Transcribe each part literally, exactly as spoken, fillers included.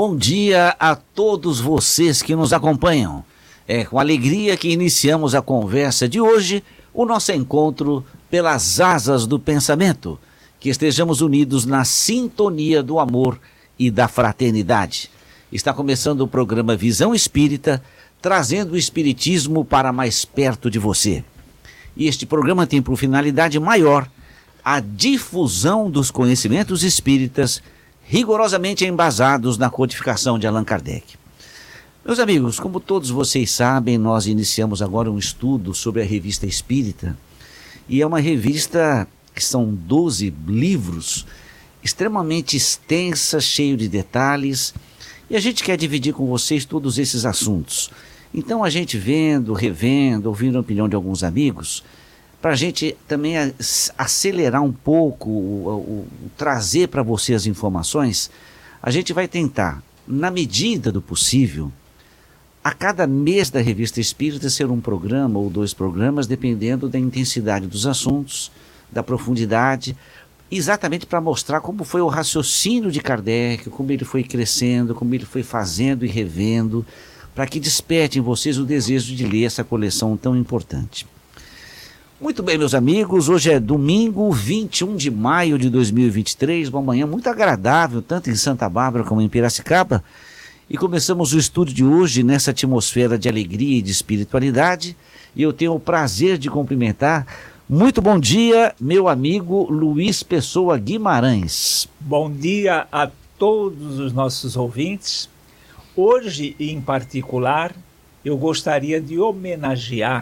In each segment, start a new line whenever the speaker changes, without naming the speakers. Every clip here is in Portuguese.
bom dia a todos vocês que nos acompanham. É com alegria que iniciamos a conversa de hoje, o nosso encontro pelas asas do pensamento. Que estejamos unidos na sintonia do amor e da fraternidade. Está começando o programa Visão Espírita, trazendo o Espiritismo para mais perto de você. E este programa tem por finalidade maior a difusão dos conhecimentos espíritas rigorosamente embasados na codificação de Allan Kardec. Meus amigos, como todos vocês sabem, nós iniciamos agora um estudo sobre a Revista Espírita, e é uma revista que são doze livros, extremamente extensa, cheio de detalhes, e a gente quer dividir com vocês todos esses assuntos. Então a gente vendo, revendo, ouvindo a opinião de alguns amigos, para a gente também acelerar um pouco, o, o, o, trazer para você as informações, a gente vai tentar, na medida do possível, a cada mês da Revista Espírita ser um programa ou dois programas, dependendo da intensidade dos assuntos, da profundidade, exatamente para mostrar como foi o raciocínio de Kardec, como ele foi crescendo, como ele foi fazendo e revendo, para que desperte em vocês o desejo de ler essa coleção tão importante. Muito bem, meus amigos, hoje é domingo, vinte e um de maio de dois mil e vinte e três, uma manhã muito agradável, tanto em Santa Bárbara como em Piracicaba, e começamos o estudo de hoje nessa atmosfera de alegria e de espiritualidade, e eu tenho o prazer de cumprimentar. Muito bom dia, meu amigo Luiz Pessoa Guimarães.
Bom dia a todos os nossos ouvintes. Hoje, em particular, eu gostaria de homenagear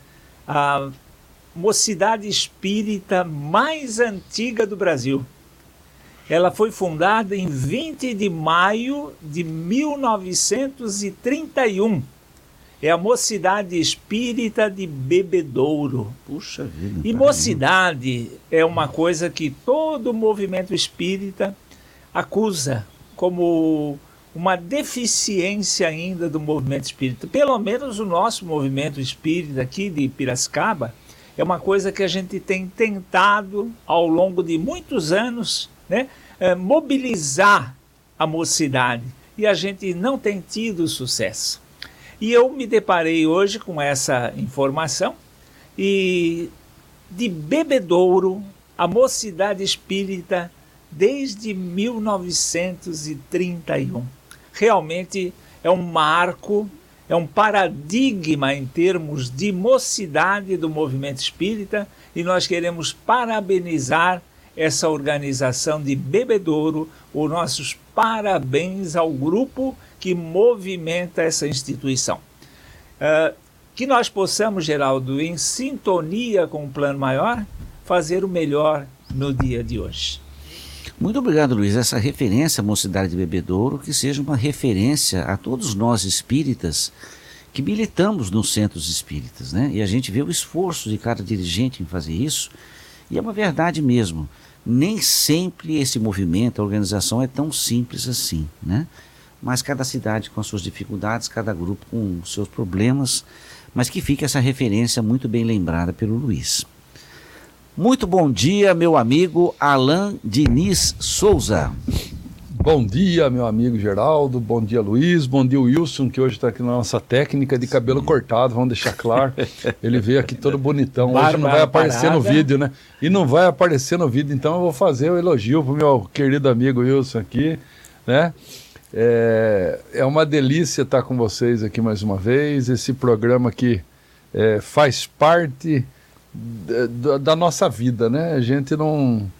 a Mocidade Espírita mais antiga do Brasil. Ela foi fundada em vinte de maio de mil novecentos e trinta e um. É a Mocidade Espírita de Bebedouro.
Puxa vida.
E mocidade é uma coisa que todo o movimento espírita acusa como uma deficiência ainda do movimento espírita. Pelo menos o nosso movimento espírita aqui de Piracicaba é uma coisa que a gente tem tentado ao longo de muitos anos, né, é, mobilizar a mocidade, e a gente não tem tido sucesso. E eu me deparei hoje com essa informação, e de Bebedouro, a Mocidade Espírita desde mil novecentos e trinta e um. Realmente é um marco, é um paradigma em termos de mocidade do movimento espírita, e nós queremos parabenizar essa organização de Bebedouro, os nossos parabéns ao grupo que movimenta essa instituição. Uh, que nós possamos, Geraldo, em sintonia com o plano maior, fazer o melhor no dia de hoje.
Muito obrigado, Luiz. Essa referência à Mocidade de Bebedouro, que seja uma referência a todos nós espíritas que militamos nos centros espíritas, né? E a gente vê o esforço de cada dirigente em fazer isso, e é uma verdade mesmo. Nem sempre esse movimento, a organização é tão simples assim, né? Mas cada cidade com as suas dificuldades, cada grupo com os seus problemas, mas que fique essa referência muito bem lembrada pelo Luiz. Muito bom dia, meu amigo Alain Diniz Souza.
Bom dia, meu amigo Geraldo, bom dia, Luiz, bom dia, Wilson, que hoje está aqui na nossa técnica de cabelo cortado, vamos deixar claro. Ele veio aqui todo bonitão, hoje não vai aparecer no vídeo, né? E não vai aparecer no vídeo, então eu vou fazer o elogio pro meu querido amigo Wilson aqui, né? É, é uma delícia estar com vocês aqui mais uma vez, esse programa que é, faz parte da, da nossa vida, né? A gente não...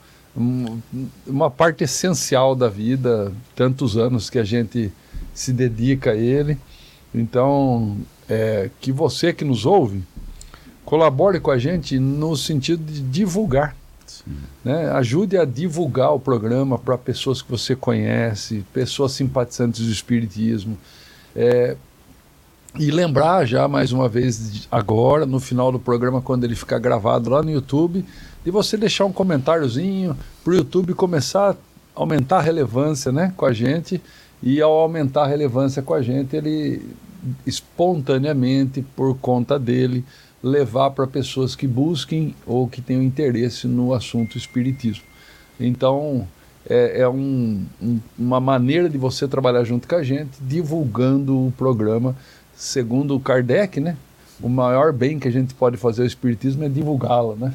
uma parte essencial da vida, tantos anos que a gente se dedica a ele. Então, é, que você que nos ouve, colabore com a gente no sentido de divulgar, né? Ajude a divulgar o programa para pessoas que você conhece, pessoas simpatizantes do Espiritismo, é, e lembrar já mais uma vez agora, no final do programa, quando ele ficar gravado lá no YouTube, de você deixar um comentáriozinho para o YouTube começar a aumentar a relevância, né, com a gente, e ao aumentar a relevância com a gente, ele espontaneamente, por conta dele, levar para pessoas que busquem ou que tenham interesse no assunto espiritismo. Então, é, é um, um, uma maneira de você trabalhar junto com a gente, divulgando o programa, segundo o Kardec, né? O maior bem que a gente pode fazer ao Espiritismo é divulgá-lo, né?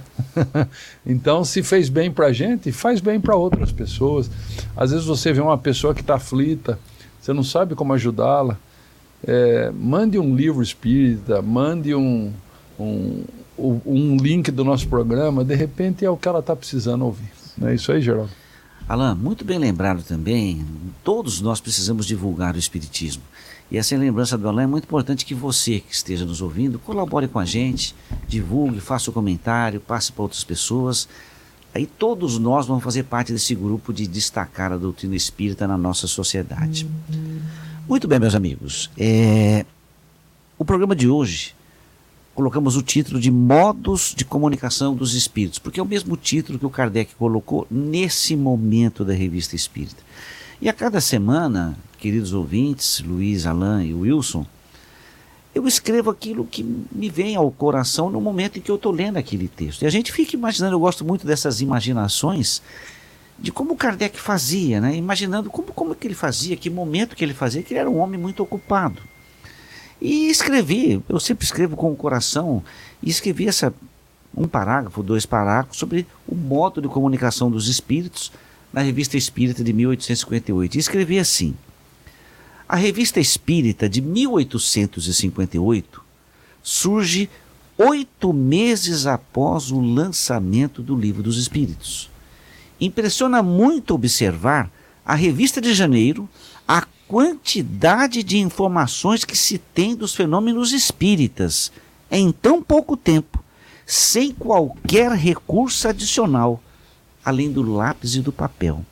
Então, se fez bem para a gente, faz bem para outras pessoas. Às vezes você vê uma pessoa que está aflita, você não sabe como ajudá-la, é, mande um livro espírita, mande um, um, um link do nosso programa, de repente é o que ela está precisando ouvir. Não é isso aí, Geraldo?
Alain, muito bem lembrado também, todos nós precisamos divulgar o Espiritismo. E essa lembrança do Alain é muito importante que você que esteja nos ouvindo, colabore com a gente, divulgue, faça o comentário, passe para outras pessoas. Aí todos nós vamos fazer parte desse grupo de destacar a doutrina espírita na nossa sociedade. Muito bem, meus amigos. É... O programa de hoje, colocamos o título de Modos de Comunicação dos Espíritos, porque é o mesmo título que o Kardec colocou nesse momento da Revista Espírita. E a cada semana, queridos ouvintes, Luiz, Alain e Wilson, eu escrevo aquilo que me vem ao coração no momento em que eu estou lendo aquele texto. E a gente fica imaginando, eu gosto muito dessas imaginações, de como o Kardec fazia, né? Imaginando como, como que ele fazia, que momento que ele fazia, que ele era um homem muito ocupado. E escrevi, eu sempre escrevo com o coração, e escrevi essa, um parágrafo, dois parágrafos, sobre o modo de comunicação dos espíritos na Revista Espírita de mil oitocentos e cinquenta e oito. E escrevi assim: a Revista Espírita de mil oitocentos e cinquenta e oito surge oito meses após o lançamento do Livro dos Espíritos. Impressiona muito observar a revista de janeiro, a quantidade de informações que se tem dos fenômenos espíritas em tão pouco tempo, sem qualquer recurso adicional, além do lápis e do papel.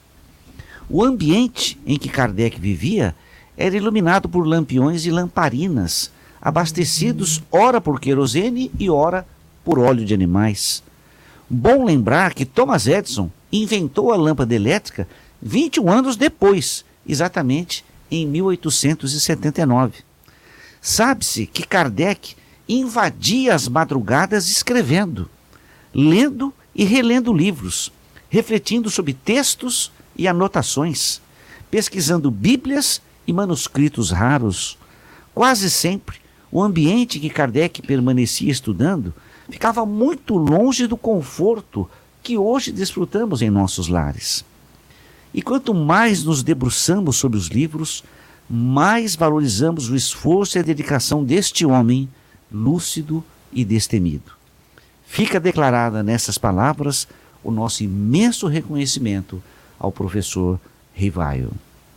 O ambiente em que Kardec vivia era iluminado por lampiões e lamparinas, abastecidos ora por querosene e ora por óleo de animais. Bom lembrar que Thomas Edison inventou a lâmpada elétrica vinte e um anos depois, exatamente em mil oitocentos e setenta e nove. Sabe-se que Kardec invadia as madrugadas escrevendo, lendo e relendo livros, refletindo sobre textos e anotações, pesquisando bíblias e manuscritos raros. Quase sempre, o ambiente em que Kardec permanecia estudando ficava muito longe do conforto que hoje desfrutamos em nossos lares. E quanto mais nos debruçamos sobre os livros, mais valorizamos o esforço e a dedicação deste homem lúcido e destemido. Fica declarada nessas palavras o nosso imenso reconhecimento ao professor Rivaio.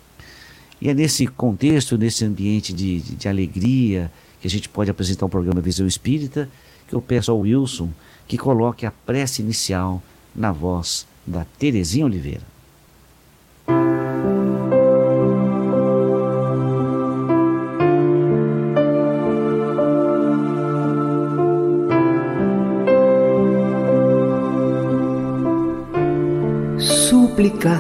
E é nesse contexto, nesse ambiente de, de, de alegria, que a gente pode apresentar o programa Visão Espírita, que eu peço ao Wilson que coloque a prece inicial na voz da Terezinha Oliveira.
Súplica.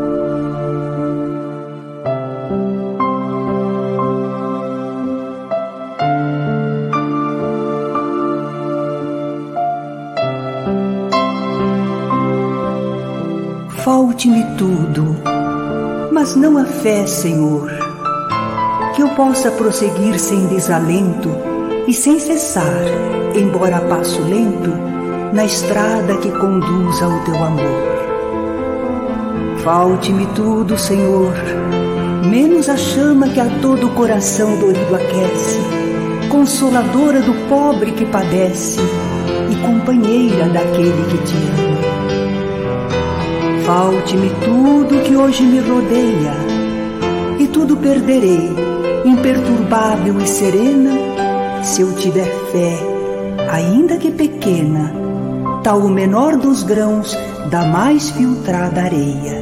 Falte-me tudo, mas não a fé, Senhor, que eu possa prosseguir sem desalento e sem cessar, embora a passo lento, na estrada que conduz ao teu amor. Falte-me tudo, Senhor, menos a chama que a todo o coração dorido aquece, consoladora do pobre que padece e companheira daquele que te ama. Falte-me tudo que hoje me rodeia, e tudo perderei, imperturbável e serena, se eu tiver fé, ainda que pequena, tal o menor dos grãos da mais filtrada areia.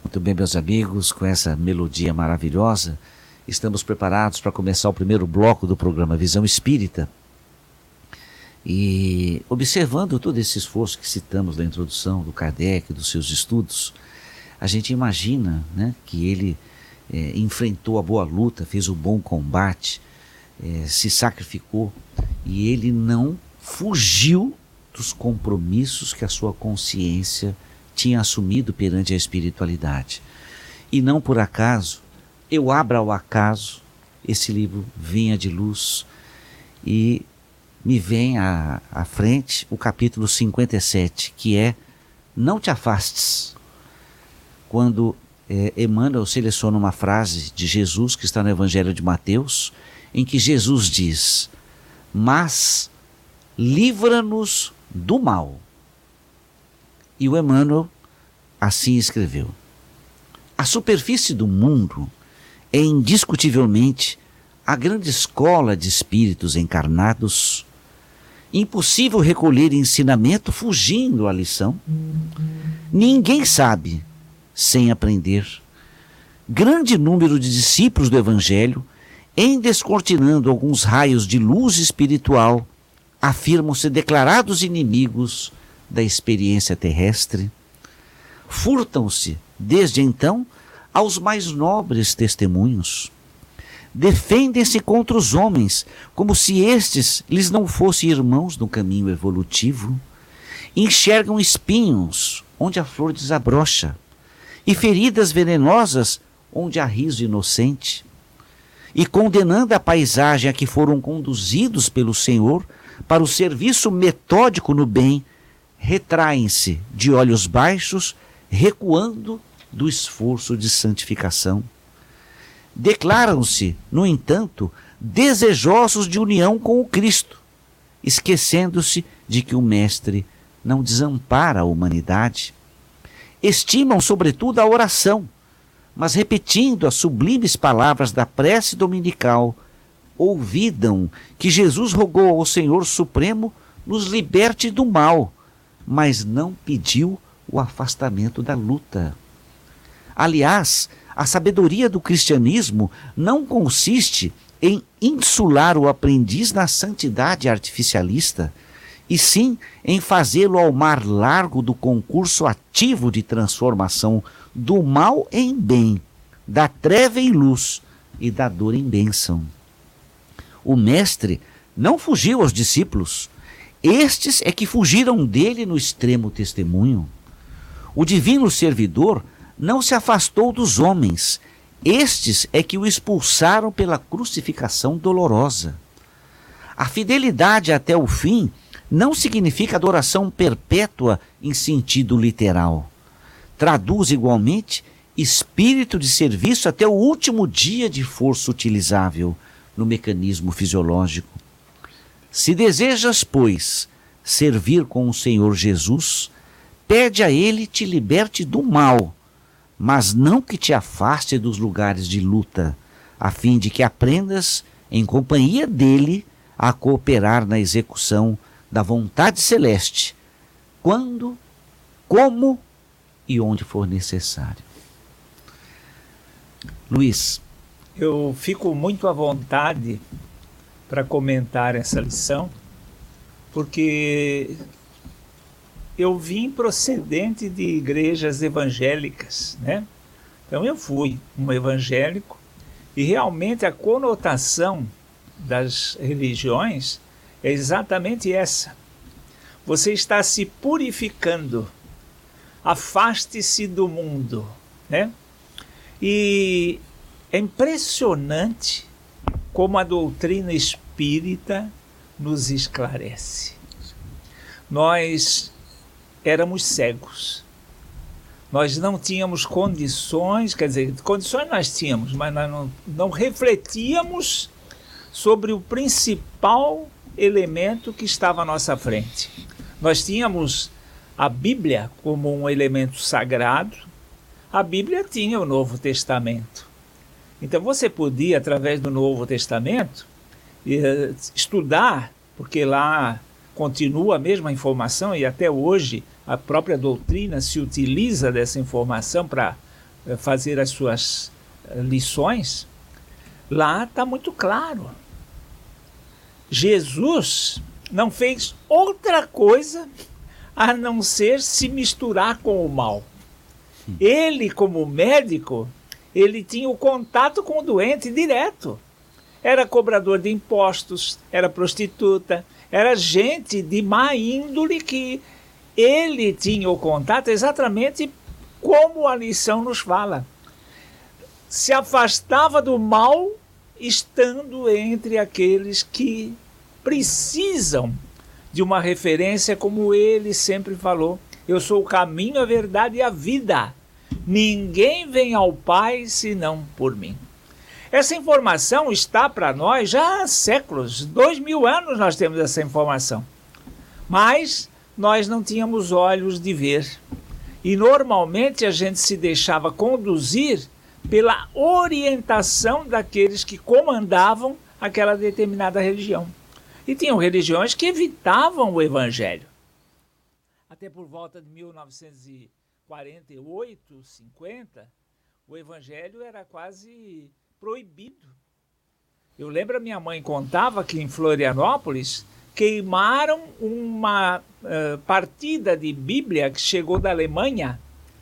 Muito bem, meus amigos, com essa melodia maravilhosa, estamos preparados para começar o primeiro bloco do programa Visão Espírita. E observando todo esse esforço que citamos na introdução do Kardec, dos seus estudos, a gente imagina, né, que ele é, enfrentou a boa luta, fez o bom combate, é, se sacrificou, e ele não fugiu dos compromissos que a sua consciência tinha assumido perante a espiritualidade. E não por acaso, eu abro ao acaso esse livro Vinha de Luz e me vem à, à frente o capítulo cinquenta e sete, que é Não te afastes. Quando é, Emmanuel seleciona uma frase de Jesus que está no Evangelho de Mateus, em que Jesus diz: mas livra-nos do mal. E o Emmanuel assim escreveu: a superfície do mundo é indiscutivelmente a grande escola de espíritos encarnados. Impossível recolher ensinamento fugindo à lição. Ninguém sabe sem aprender. Grande número de discípulos do Evangelho, em descortinando alguns raios de luz espiritual, afirmam-se declarados inimigos da experiência terrestre. Furtam-se, desde então, aos mais nobres testemunhos. Defendem-se contra os homens, como se estes lhes não fossem irmãos no caminho evolutivo. Enxergam espinhos onde a flor desabrocha, e feridas venenosas onde há riso inocente. E condenando a paisagem a que foram conduzidos pelo Senhor para o serviço metódico no bem, retraem-se de olhos baixos, recuando do esforço de santificação. Declaram-se, no entanto, desejosos de união com o Cristo, esquecendo-se de que o Mestre não desampara a humanidade. Estimam, sobretudo, a oração, mas repetindo as sublimes palavras da prece dominical, ouvidam que Jesus rogou ao Senhor Supremo nos liberte do mal, mas não pediu o afastamento da luta. Aliás, a sabedoria do cristianismo não consiste em insular o aprendiz na santidade artificialista, e sim em fazê-lo ao mar largo do concurso ativo de transformação do mal em bem, da treva em luz e da dor em bênção. O Mestre não fugiu aos discípulos, estes é que fugiram dele no extremo testemunho. O divino servidor não se afastou dos homens, estes é que o expulsaram pela crucificação dolorosa. A fidelidade até o fim não significa adoração perpétua em sentido literal. Traduz igualmente espírito de serviço até o último dia de força utilizável no mecanismo fisiológico. Se desejas, pois, servir com o Senhor Jesus, pede a Ele te liberte do mal, mas não que te afaste dos lugares de luta, a fim de que aprendas, em companhia dele, a cooperar na execução da vontade celeste, quando, como e onde for necessário. Luiz.
Eu fico muito à vontade para comentar essa lição, porque eu vim procedente de igrejas evangélicas, né? Então eu fui um evangélico e realmente a conotação das religiões é exatamente essa. Você está se purificando, afaste-se do mundo, né? E é impressionante como a doutrina espírita nos esclarece. Nós éramos cegos. Nós não tínhamos condições, quer dizer, condições nós tínhamos, mas nós não, não refletíamos sobre o principal elemento que estava à nossa frente. Nós tínhamos a Bíblia como um elemento sagrado, a Bíblia tinha o Novo Testamento. Então você podia, através do Novo Testamento, estudar, porque lá continua a mesma informação e até hoje a própria doutrina se utiliza dessa informação para fazer as suas lições, lá está muito claro. Jesus não fez outra coisa a não ser se misturar com o mal. Ele, como médico, ele tinha o contato com o doente direto. Era cobrador de impostos, era prostituta, era gente de má índole que ele tinha o contato exatamente como a lição nos fala. Se afastava do mal estando entre aqueles que precisam de uma referência, como ele sempre falou: eu sou o caminho, a verdade e a vida. Ninguém vem ao Pai senão por mim. Essa informação está para nós já há séculos, dois mil anos nós temos essa informação. Mas nós não tínhamos olhos de ver. E normalmente a gente se deixava conduzir pela orientação daqueles que comandavam aquela determinada religião. E tinham religiões que evitavam o evangelho. Até por volta de mil novecentos e quarenta e oito, cinquenta, o evangelho era quase proibido. Eu lembro, a minha mãe contava que em Florianópolis queimaram uma uh, partida de Bíblia que chegou da Alemanha.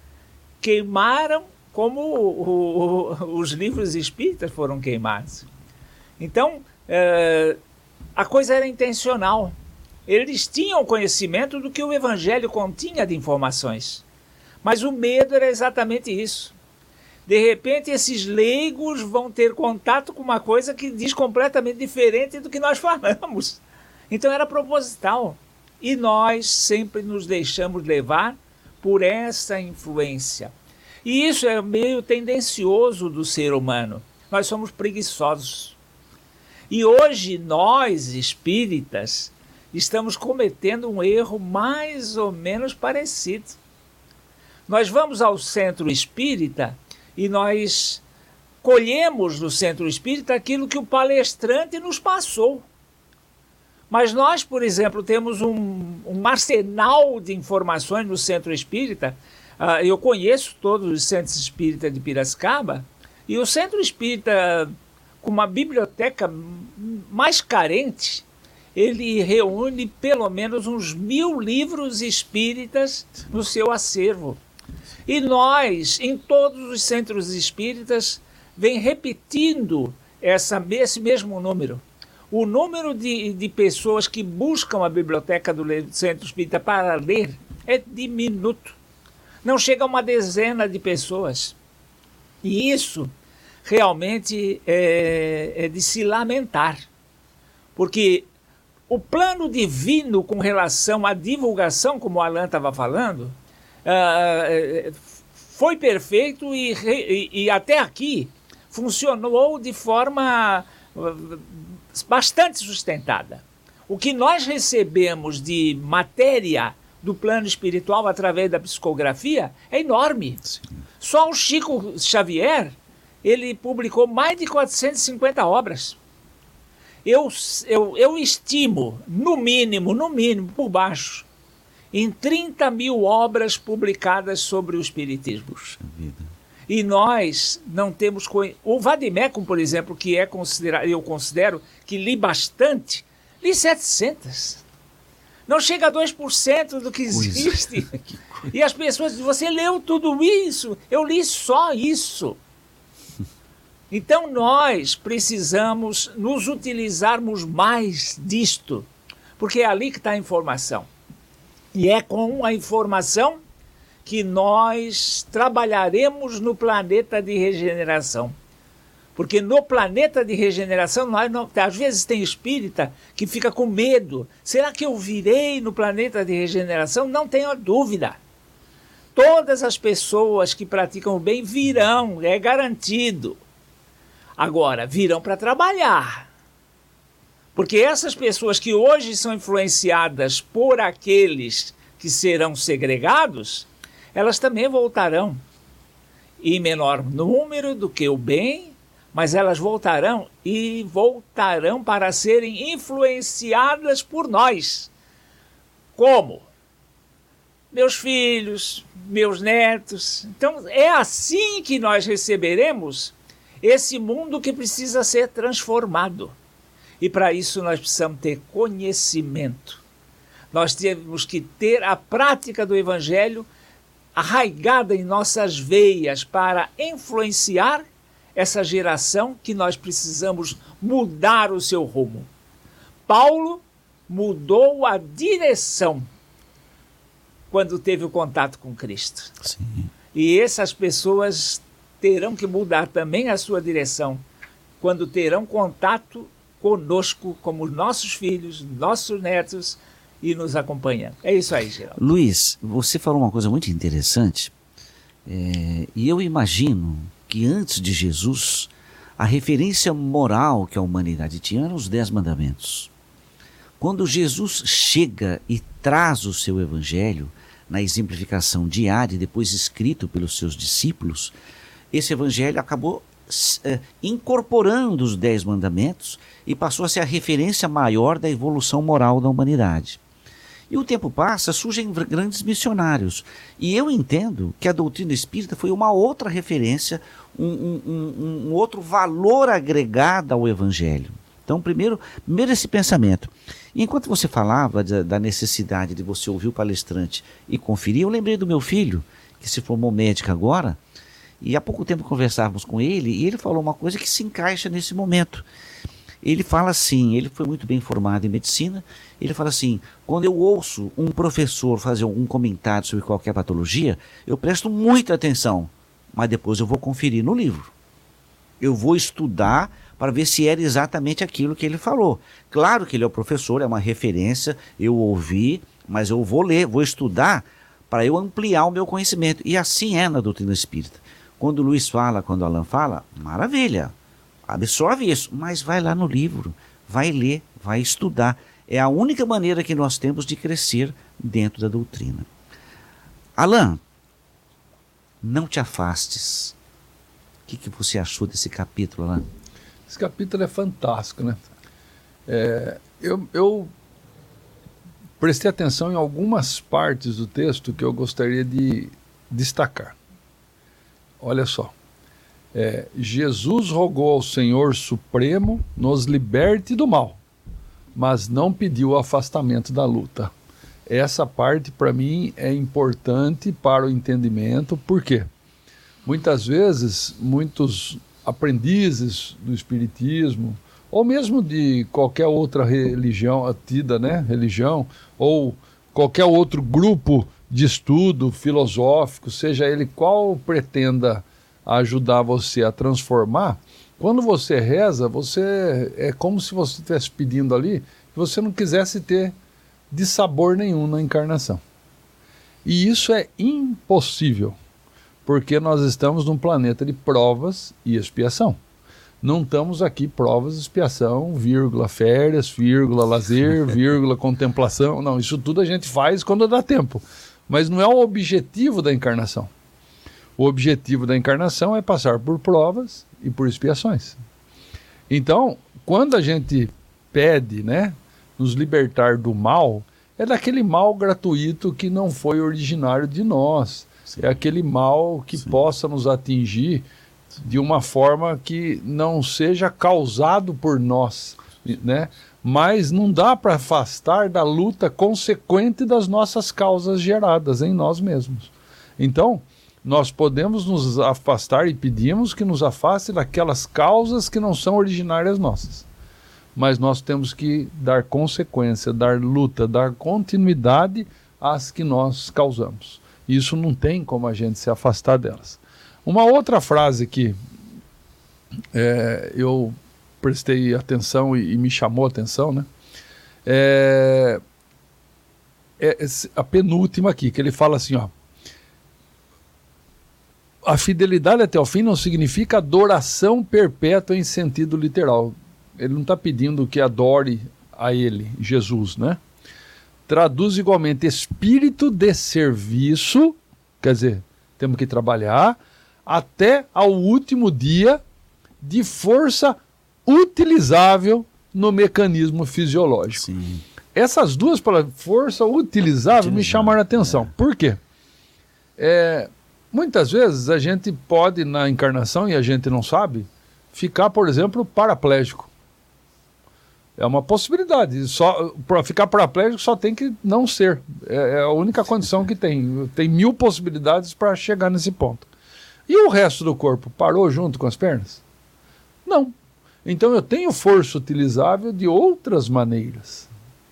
Queimaram como o, o, os livros espíritas foram queimados. Então, uh, a coisa era intencional. Eles tinham conhecimento do que o evangelho continha de informações. Mas o medo era exatamente isso. De repente, esses leigos vão ter contato com uma coisa que diz completamente diferente do que nós falamos. Então era proposital. E nós sempre nos deixamos levar por essa influência. E isso é meio tendencioso do ser humano. Nós somos preguiçosos. E hoje nós, espíritas, estamos cometendo um erro mais ou menos parecido. Nós vamos ao centro espírita e nós colhemos no centro espírita aquilo que o palestrante nos passou. Mas nós, por exemplo, temos um, um arsenal de informações no centro espírita. Uh, eu conheço todos os centros espíritas de Piracicaba, e o centro espírita, com uma biblioteca mais carente, ele reúne pelo menos uns mil livros espíritas no seu acervo. E nós, em todos os centros espíritas, vem repetindo essa, esse mesmo número. O número de, de pessoas que buscam a biblioteca do centro espírita para ler é diminuto. Não chega a uma dezena de pessoas. E isso realmente é, é de se lamentar. Porque o plano divino com relação à divulgação, como o Alan estava falando, Uh, foi perfeito e, e, e até aqui funcionou de forma uh, bastante sustentada. O que nós recebemos de matéria do plano espiritual através da psicografia é enorme. Sim. Só o Chico Xavier, ele publicou mais de quatrocentas e cinquenta obras. Eu, eu, eu estimo, no mínimo, no mínimo, por baixo, em trinta mil obras publicadas sobre o espiritismo. Puxa vida. E nós não temos... O Vadimecum, por exemplo, que é considerado, eu considero que li bastante, li setecentas. Não chega a dois por cento do que existe. Que e as pessoas dizem, você leu tudo isso? Eu li só isso. Então nós precisamos nos utilizarmos mais disto, porque é ali que está a informação. E é com a informação que nós trabalharemos no planeta de regeneração. Porque no planeta de regeneração, nós não, às vezes tem espírita que fica com medo. Será que eu virei no planeta de regeneração? Não tenho dúvida. Todas as pessoas que praticam o bem virão, é garantido. Agora, virão para trabalhar. Porque essas pessoas que hoje são influenciadas por aqueles que serão segregados, elas também voltarão. Em menor número do que o bem, mas elas voltarão e voltarão para serem influenciadas por nós. Como? meus filhos, meus netos. Então é assim que nós receberemos esse mundo que precisa ser transformado. E para isso nós precisamos ter conhecimento. Nós temos que ter a prática do Evangelho arraigada em nossas veias para influenciar essa geração que nós precisamos mudar o seu rumo. Paulo mudou a direção quando teve o contato com Cristo.
Sim.
E essas pessoas terão que mudar também a sua direção quando terão contato conosco, como nossos filhos, nossos netos, e nos acompanhando. É isso aí, Geraldo.
Luiz, você falou uma coisa muito interessante, é, e eu imagino que antes de Jesus, a referência moral que a humanidade tinha eram os Dez Mandamentos. Quando Jesus chega e traz o seu evangelho na exemplificação diária e depois escrito pelos seus discípulos, esse evangelho acabou é, incorporando os Dez Mandamentos e passou a ser a referência maior da evolução moral da humanidade. E o tempo passa, surgem grandes missionários. E eu entendo que a doutrina espírita foi uma outra referência, um, um, um, um outro valor agregado ao evangelho. Então, primeiro, primeiro esse pensamento. E enquanto você falava da, da necessidade de você ouvir o palestrante e conferir, eu lembrei do meu filho, que se formou médico agora, e há pouco tempo conversávamos com ele, e ele falou uma coisa que se encaixa nesse momento. Ele fala assim, ele foi muito bem formado em medicina, ele fala assim, quando eu ouço um professor fazer algum comentário sobre qualquer patologia, eu presto muita atenção, mas depois eu vou conferir no livro. Eu vou estudar para ver se era exatamente aquilo que ele falou. Claro que ele é o professor, é uma referência, eu ouvi, mas eu vou ler, vou estudar para eu ampliar o meu conhecimento. E assim é na doutrina espírita. Quando o Luiz fala, quando o Alan fala, maravilha, absorve isso, mas vai lá no livro, vai ler, vai estudar. É a única maneira que nós temos de crescer dentro da doutrina. Alan, não te afastes. O que, que você achou desse capítulo, Alan?
Esse capítulo é fantástico, né? É, eu, eu prestei atenção em algumas partes do texto que eu gostaria de destacar. Olha só. É, Jesus rogou ao Senhor Supremo nos liberte do mal, mas não pediu o afastamento da luta. Essa parte, para mim, é importante para o entendimento. Por quê? Muitas vezes, muitos aprendizes do espiritismo, ou mesmo de qualquer outra religião, tida, né, religião, ou qualquer outro grupo de estudo filosófico, seja ele qual pretenda ajudar você a transformar, quando você reza, você é como se você estivesse pedindo ali que você não quisesse ter dissabor nenhum na encarnação. E isso é impossível, porque nós estamos num planeta de provas e expiação. Não estamos aqui provas e expiação, vírgula, férias, vírgula, lazer, vírgula, contemplação. Não, isso tudo a gente faz quando dá tempo. Mas não é o objetivo da encarnação. O objetivo da encarnação é passar por provas e por expiações. Então, quando a gente pede, né, nos libertar do mal, é daquele mal gratuito que não foi originário de nós. Sim. É aquele mal que Sim. possa nos atingir de uma forma que não seja causado por nós, né? Mas não dá para afastar da luta consequente das nossas causas geradas em nós mesmos. Então, nós podemos nos afastar e pedimos que nos afaste daquelas causas que não são originárias nossas. Mas nós temos que dar consequência, dar luta, dar continuidade às que nós causamos. Isso não tem como a gente se afastar delas. Uma outra frase que é, eu prestei atenção e, e me chamou a atenção, né? É, é a penúltima aqui, que ele fala assim, ó. A fidelidade até o fim não significa adoração perpétua em sentido literal. Ele não está pedindo que adore a ele, Jesus, né? Traduz igualmente espírito de serviço, quer dizer, temos que trabalhar, até ao último dia de força utilizável no mecanismo fisiológico.
Sim.
essas duas palavras, força utilizável, utilizável me chamaram a atenção. É. Por quê? É, muitas vezes a gente pode, na encarnação, e a gente não sabe, ficar, por exemplo, paraplégico. É uma possibilidade. Só, para ficar paraplégico só tem que não ser. É, é a única condição que tem. Tem mil possibilidades para chegar nesse ponto. E o resto do corpo parou junto com as pernas? Não. Então eu tenho força utilizável de outras maneiras.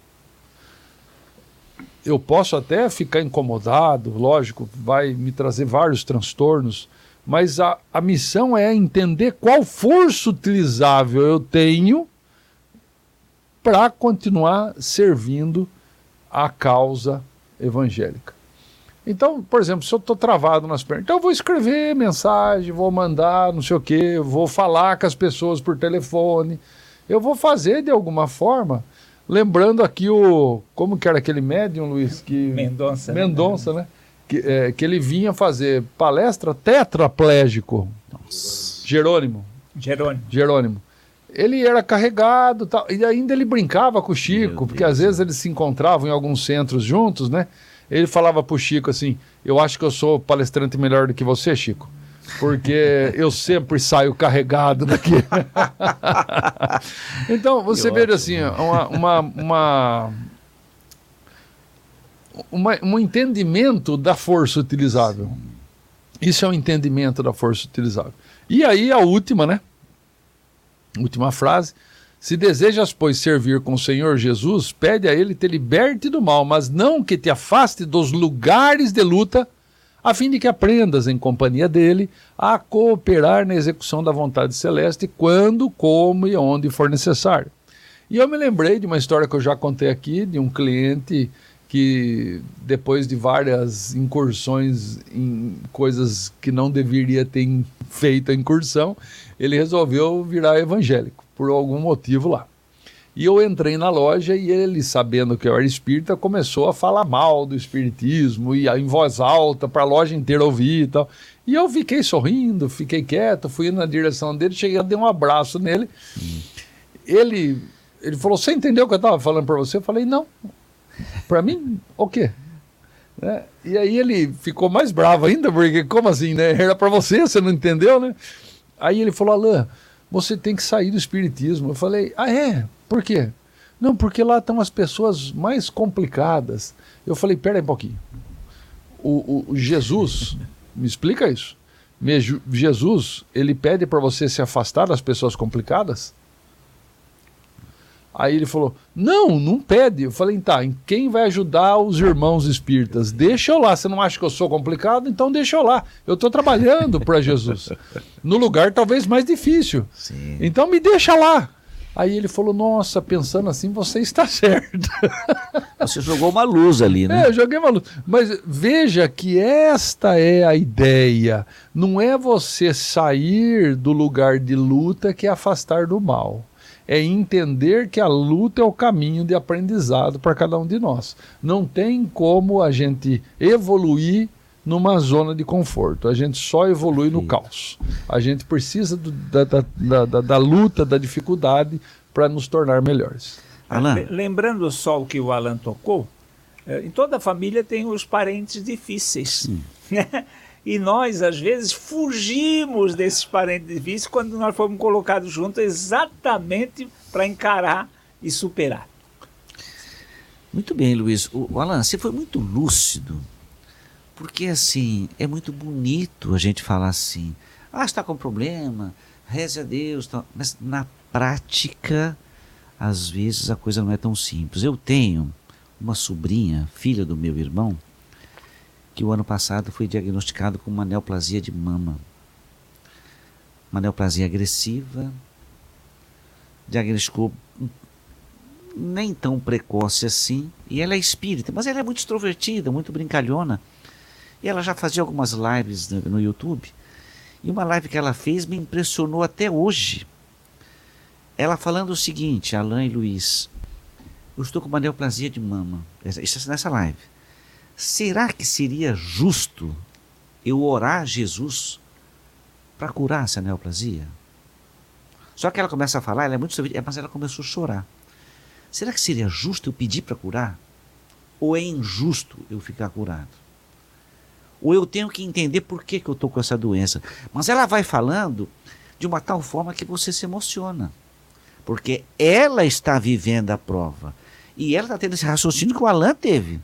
Eu posso até ficar incomodado, lógico, vai me trazer vários transtornos, mas a, a missão é entender qual força utilizável eu tenho para continuar servindo a causa evangélica. Então, por exemplo, se eu estou travado nas pernas, então eu vou escrever mensagem, vou mandar não sei o quê, vou falar com as pessoas por telefone, eu vou fazer de alguma forma, lembrando aqui o... Como que era aquele médium, Luiz? Que,
Mendonça.
Mendonça, né? né? Que, é, que ele vinha fazer palestra tetraplégico.
Nossa.
Jerônimo.
Jerônimo.
Jerônimo. Ele era carregado tal, e ainda ele brincava com o Chico, Meu porque Deus às Deus. vezes eles se encontravam em alguns centros juntos, né? Ele falava pro Chico assim, eu acho que eu sou palestrante melhor do que você, Chico, porque eu sempre saio carregado daqui. Então, você vê assim, uma, uma, uma, uma, um entendimento da força utilizável. Isso é um entendimento da força utilizável. E aí a última, né? Última frase. Se desejas, pois, servir com o Senhor Jesus, pede a Ele te liberte do mal, mas não que te afaste dos lugares de luta, a fim de que aprendas, em companhia dele, a cooperar na execução da vontade celeste, quando, como e onde for necessário. E eu me lembrei de uma história que eu já contei aqui, de um cliente que, depois de várias incursões em coisas que não deveria ter feito a incursão, ele resolveu virar evangélico, por algum motivo lá. E eu entrei na loja e ele, sabendo que eu era espírita, começou a falar mal do espiritismo, e em voz alta, para a loja inteira ouvir e tal. E eu fiquei sorrindo, fiquei quieto, fui na direção dele, cheguei a dar um abraço nele. Hum. Ele, ele falou, você entendeu o que eu estava falando para você? Eu falei, não. Para mim, o quê? Né? E aí ele ficou mais bravo ainda, porque como assim, né? Era para você, você não entendeu, né? Aí ele falou, Alain, você tem que sair do espiritismo. Eu falei, ah é? Por quê? Não, porque lá estão as pessoas mais complicadas. Eu falei, pera aí um pouquinho. O, o, o Jesus, me explica isso. Me, Jesus, ele pede para você se afastar das pessoas complicadas? Aí ele falou, não, não pede. Eu falei, tá, quem vai ajudar os irmãos espíritas? Deixa eu lá, você não acha que eu sou complicado? Então deixa eu lá. Eu estou trabalhando para Jesus. No lugar talvez mais difícil. Sim. Então me deixa lá. Aí ele falou, nossa, pensando assim, você está certo.
Você jogou uma luz ali, né?
É, eu joguei uma luz. Mas veja que esta é a ideia. Não é você sair do lugar de luta que é afastar do mal. É entender que a luta é o caminho de aprendizado para cada um de nós. Não tem como a gente evoluir numa zona de conforto. A gente só evolui no caos. A gente precisa do, da, da, da, da luta, da dificuldade para nos tornar melhores.
Alain. Lembrando só o que o Alain tocou, em toda a família tem os parentes difíceis. Né? E nós, às vezes, fugimos desses parentes difíceis quando nós fomos colocados juntos exatamente para encarar e superar.
Muito bem, Luiz. O, o Alain, você foi muito lúcido, porque, assim, é muito bonito a gente falar assim, ah, está com problema, reze a Deus, tá. Mas na prática, às vezes, a coisa não é tão simples. Eu tenho uma sobrinha, filha do meu irmão, que o ano passado foi diagnosticado com uma neoplasia de mama. Uma neoplasia agressiva, diagnosticou nem tão precoce assim, e ela é espírita, mas ela é muito extrovertida, muito brincalhona, e ela já fazia algumas lives no, no YouTube, e uma live que ela fez me impressionou até hoje. Ela falando o seguinte, Alain e Luiz, eu estou com uma neoplasia de mama, isso é nessa live. Será que seria justo eu orar a Jesus para curar essa neoplasia? Só que ela começa a falar, ela é muito sorridente, mas ela começou a chorar. será que seria justo eu pedir para curar? Ou é injusto eu ficar curado? Ou eu tenho que entender por que, que eu estou com essa doença? Mas ela vai falando de uma tal forma que você se emociona. Porque ela está vivendo a prova. E ela está tendo esse raciocínio que o Alain teve.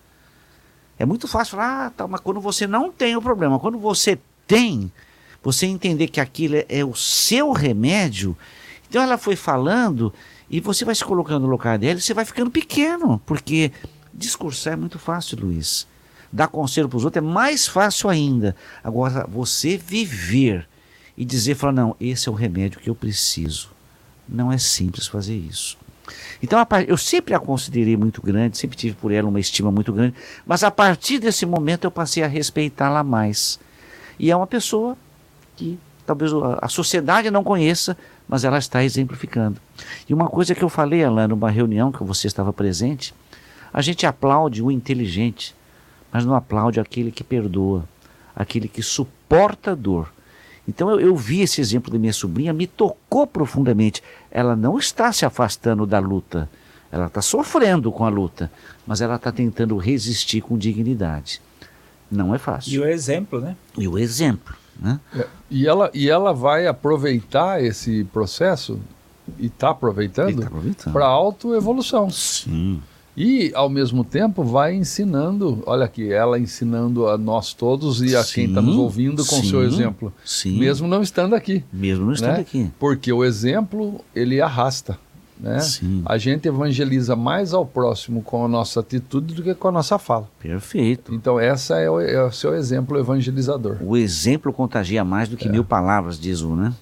É muito fácil falar, ah, tá, mas quando você não tem o problema, quando você tem, você entender que aquilo é, é o seu remédio. Então ela foi falando e você vai se colocando no lugar dela e você vai ficando pequeno. Porque discursar é muito fácil, Luiz. Dar conselho para os outros é mais fácil ainda. Agora, você viver e dizer, falar, não, esse é o remédio que eu preciso. Não é simples fazer isso. Então, eu sempre a considerei muito grande, sempre tive por ela uma estima muito grande, mas a partir desse momento eu passei a respeitá-la mais. E é uma pessoa que talvez a sociedade não conheça, mas ela está exemplificando. E uma coisa que eu falei, Alain, numa reunião que você estava presente, a gente aplaude o inteligente, mas não aplaude aquele que perdoa, aquele que suporta a dor. Então eu, eu vi esse exemplo da minha sobrinha, me tocou profundamente. Ela não está se afastando da luta, ela está sofrendo com a luta, mas ela está tentando resistir com dignidade. Não é fácil.
E o exemplo, né?
E o exemplo, né?
É, e, ela, e ela vai aproveitar esse processo, e está aproveitando,
tá aproveitando.
para a autoevolução.
Sim.
E, ao mesmo tempo, vai ensinando, olha aqui, ela ensinando a nós todos e a
Sim,
quem está nos ouvindo com o seu exemplo.
Sim.
Mesmo não estando aqui.
Mesmo não estando
né?
aqui.
Porque o exemplo, ele arrasta. Né?
Sim.
A gente evangeliza mais ao próximo com a nossa atitude do que com a nossa fala.
Perfeito.
Então, essa é o, é o seu exemplo evangelizador.
O exemplo contagia mais do que
É.
mil palavras, diz o, né?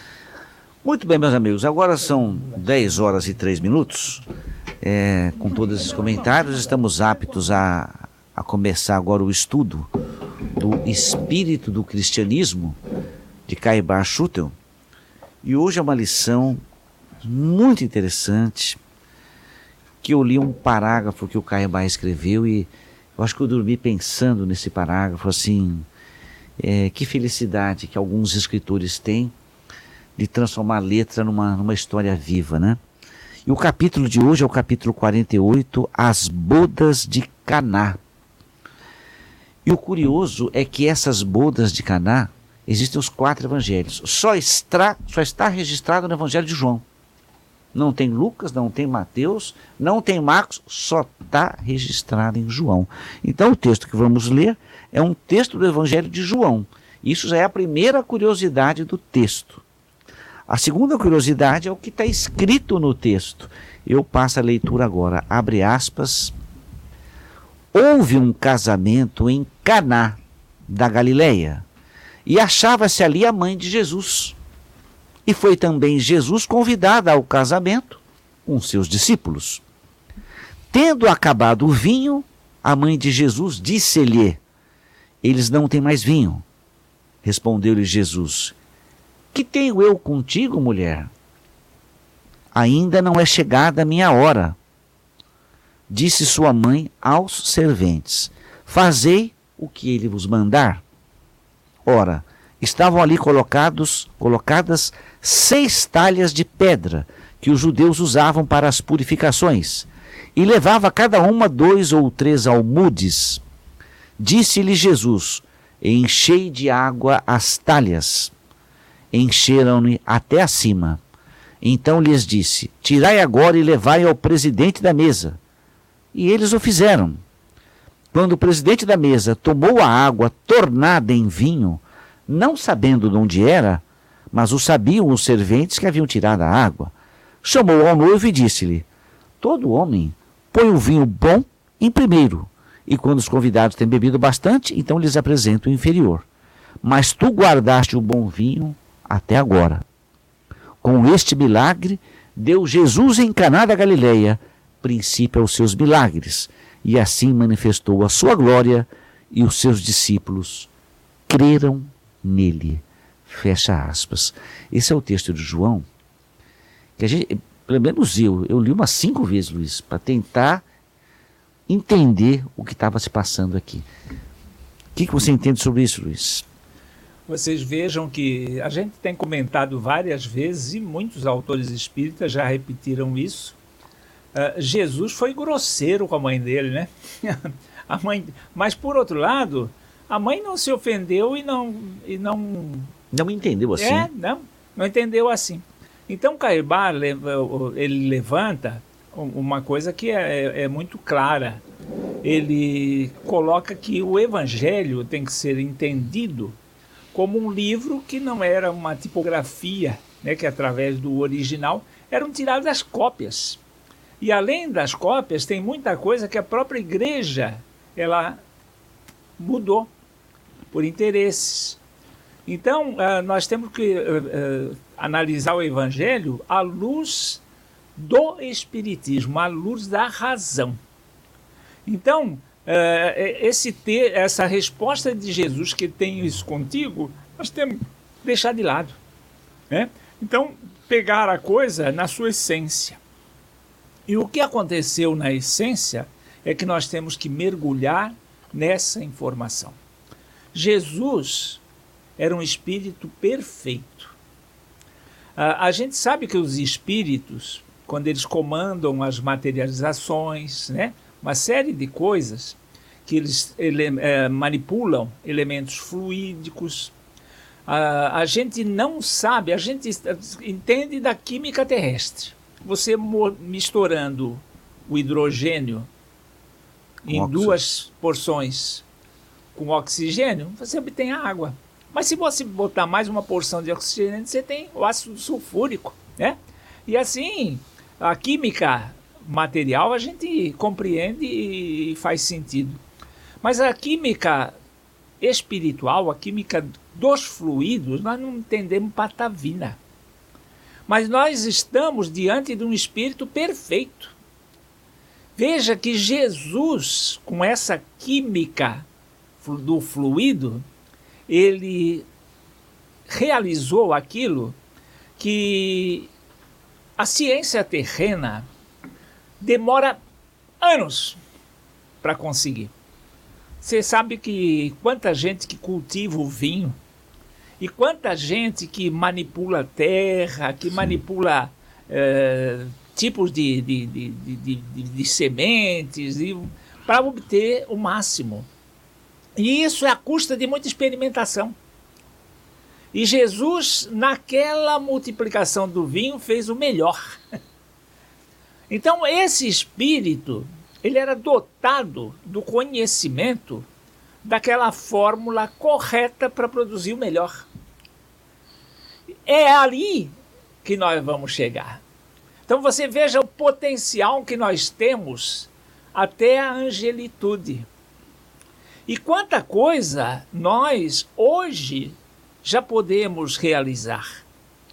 Muito bem, meus amigos, agora são dez horas e três minutos. É, com todos esses comentários, estamos aptos a, a começar agora o estudo do espírito do cristianismo de Caibar Schutel. E hoje é uma lição muito interessante, que eu li um parágrafo que o Caibar escreveu e eu acho que eu dormi pensando nesse parágrafo, assim, é, que felicidade que alguns escritores têm de transformar a letra numa, numa história viva, né? E o capítulo de hoje é o capítulo quarenta e oito, As Bodas de Caná. E o curioso é que essas bodas de Caná, existem os quatro evangelhos, só está, só está registrado no evangelho de João. Não tem Lucas, não tem Mateus, não tem Marcos, só está registrado em João. Então o texto que vamos ler é um texto do evangelho de João. Isso já é a primeira curiosidade do texto. A segunda curiosidade é o que está escrito no texto. Eu passo a leitura agora. Abre aspas. Houve um casamento em Caná da Galileia, e achava-se ali a mãe de Jesus. E foi também Jesus convidada ao casamento com seus discípulos. Tendo acabado o vinho, a mãe de Jesus disse-lhe: eles não têm mais vinho. Respondeu-lhe Jesus: que tenho eu contigo, mulher? Ainda não é chegada a minha hora. Disse sua mãe aos serventes: fazei o que ele vos mandar. Ora, estavam ali colocados, colocadas seis talhas de pedra que os judeus usavam para as purificações, e levava cada uma dois ou três almudes. Disse-lhe Jesus: enchei de água as talhas. Encheram-lhe até acima. Então lhes disse: tirai agora e levai ao presidente da mesa. E eles o fizeram. Quando o presidente da mesa tomou a água tornada em vinho, não sabendo de onde era, mas o sabiam os serventes que haviam tirado a água, chamou ao noivo e disse-lhe: todo homem põe o vinho bom em primeiro, e quando os convidados têm bebido bastante, então lhes apresenta o inferior. Mas tu guardaste o bom vinho até agora. Com este milagre, deu Jesus em Caná da Galileia princípio aos seus milagres, e assim manifestou a sua glória, e os seus discípulos creram nele. Fecha aspas. Esse é o texto de João, que a gente, pelo menos eu, eu li umas cinco vezes, Luiz, para tentar entender o que estava se passando aqui. O que, que você entende sobre isso, Luiz?
Vocês vejam que a gente tem comentado várias vezes, e muitos autores espíritas já repetiram isso, uh, Jesus foi grosseiro com a mãe dele, né? a mãe, mas, por outro lado, a mãe não se ofendeu e não... E não,
não entendeu assim.
É, não, não entendeu assim. Então, Caibá, ele levanta uma coisa que é, é muito clara. Ele coloca que o Evangelho tem que ser entendido como um livro que não era uma tipografia, né, que através do original eram tiradas as cópias. E além das cópias, tem muita coisa que a própria igreja ela mudou por interesses. Então, uh, nós temos que uh, uh, analisar o Evangelho à luz do Espiritismo, à luz da razão. Então, uh, esse ter, essa resposta de Jesus que tem isso contigo, nós temos que deixar de lado, né? Então, pegar a coisa na sua essência. E o que aconteceu na essência é que nós temos que mergulhar nessa informação. Jesus era um espírito perfeito. A, a gente sabe que os espíritos, quando eles comandam as materializações, né, uma série de coisas, que eles ele, é, manipulam elementos fluídicos, a, a gente não sabe, a gente entende da química terrestre. Você misturando o hidrogênio com em oxigênio. duas porções com oxigênio, você obtém a água. Mas se você botar mais uma porção de oxigênio, você tem o ácido sulfúrico, né? E assim, a química material a gente compreende e faz sentido. Mas a química espiritual, a química dos fluidos, nós não entendemos patavina. Mas nós estamos diante de um espírito perfeito. Veja que Jesus, com essa química do fluido, ele realizou aquilo que a ciência terrena demora anos para conseguir. Você sabe que quanta gente que cultiva o vinho e quanta gente que manipula a terra, que Sim. manipula é, tipos de, de, de, de, de, de, de sementes para obter o máximo. E isso é à custa de muita experimentação. E Jesus, naquela multiplicação do vinho, fez o melhor. Então, esse espírito, ele era dotado do conhecimento daquela fórmula correta para produzir o melhor. É ali que nós vamos chegar. Então, você veja o potencial que nós temos até a angelitude. E quanta coisa nós, hoje, já podemos realizar.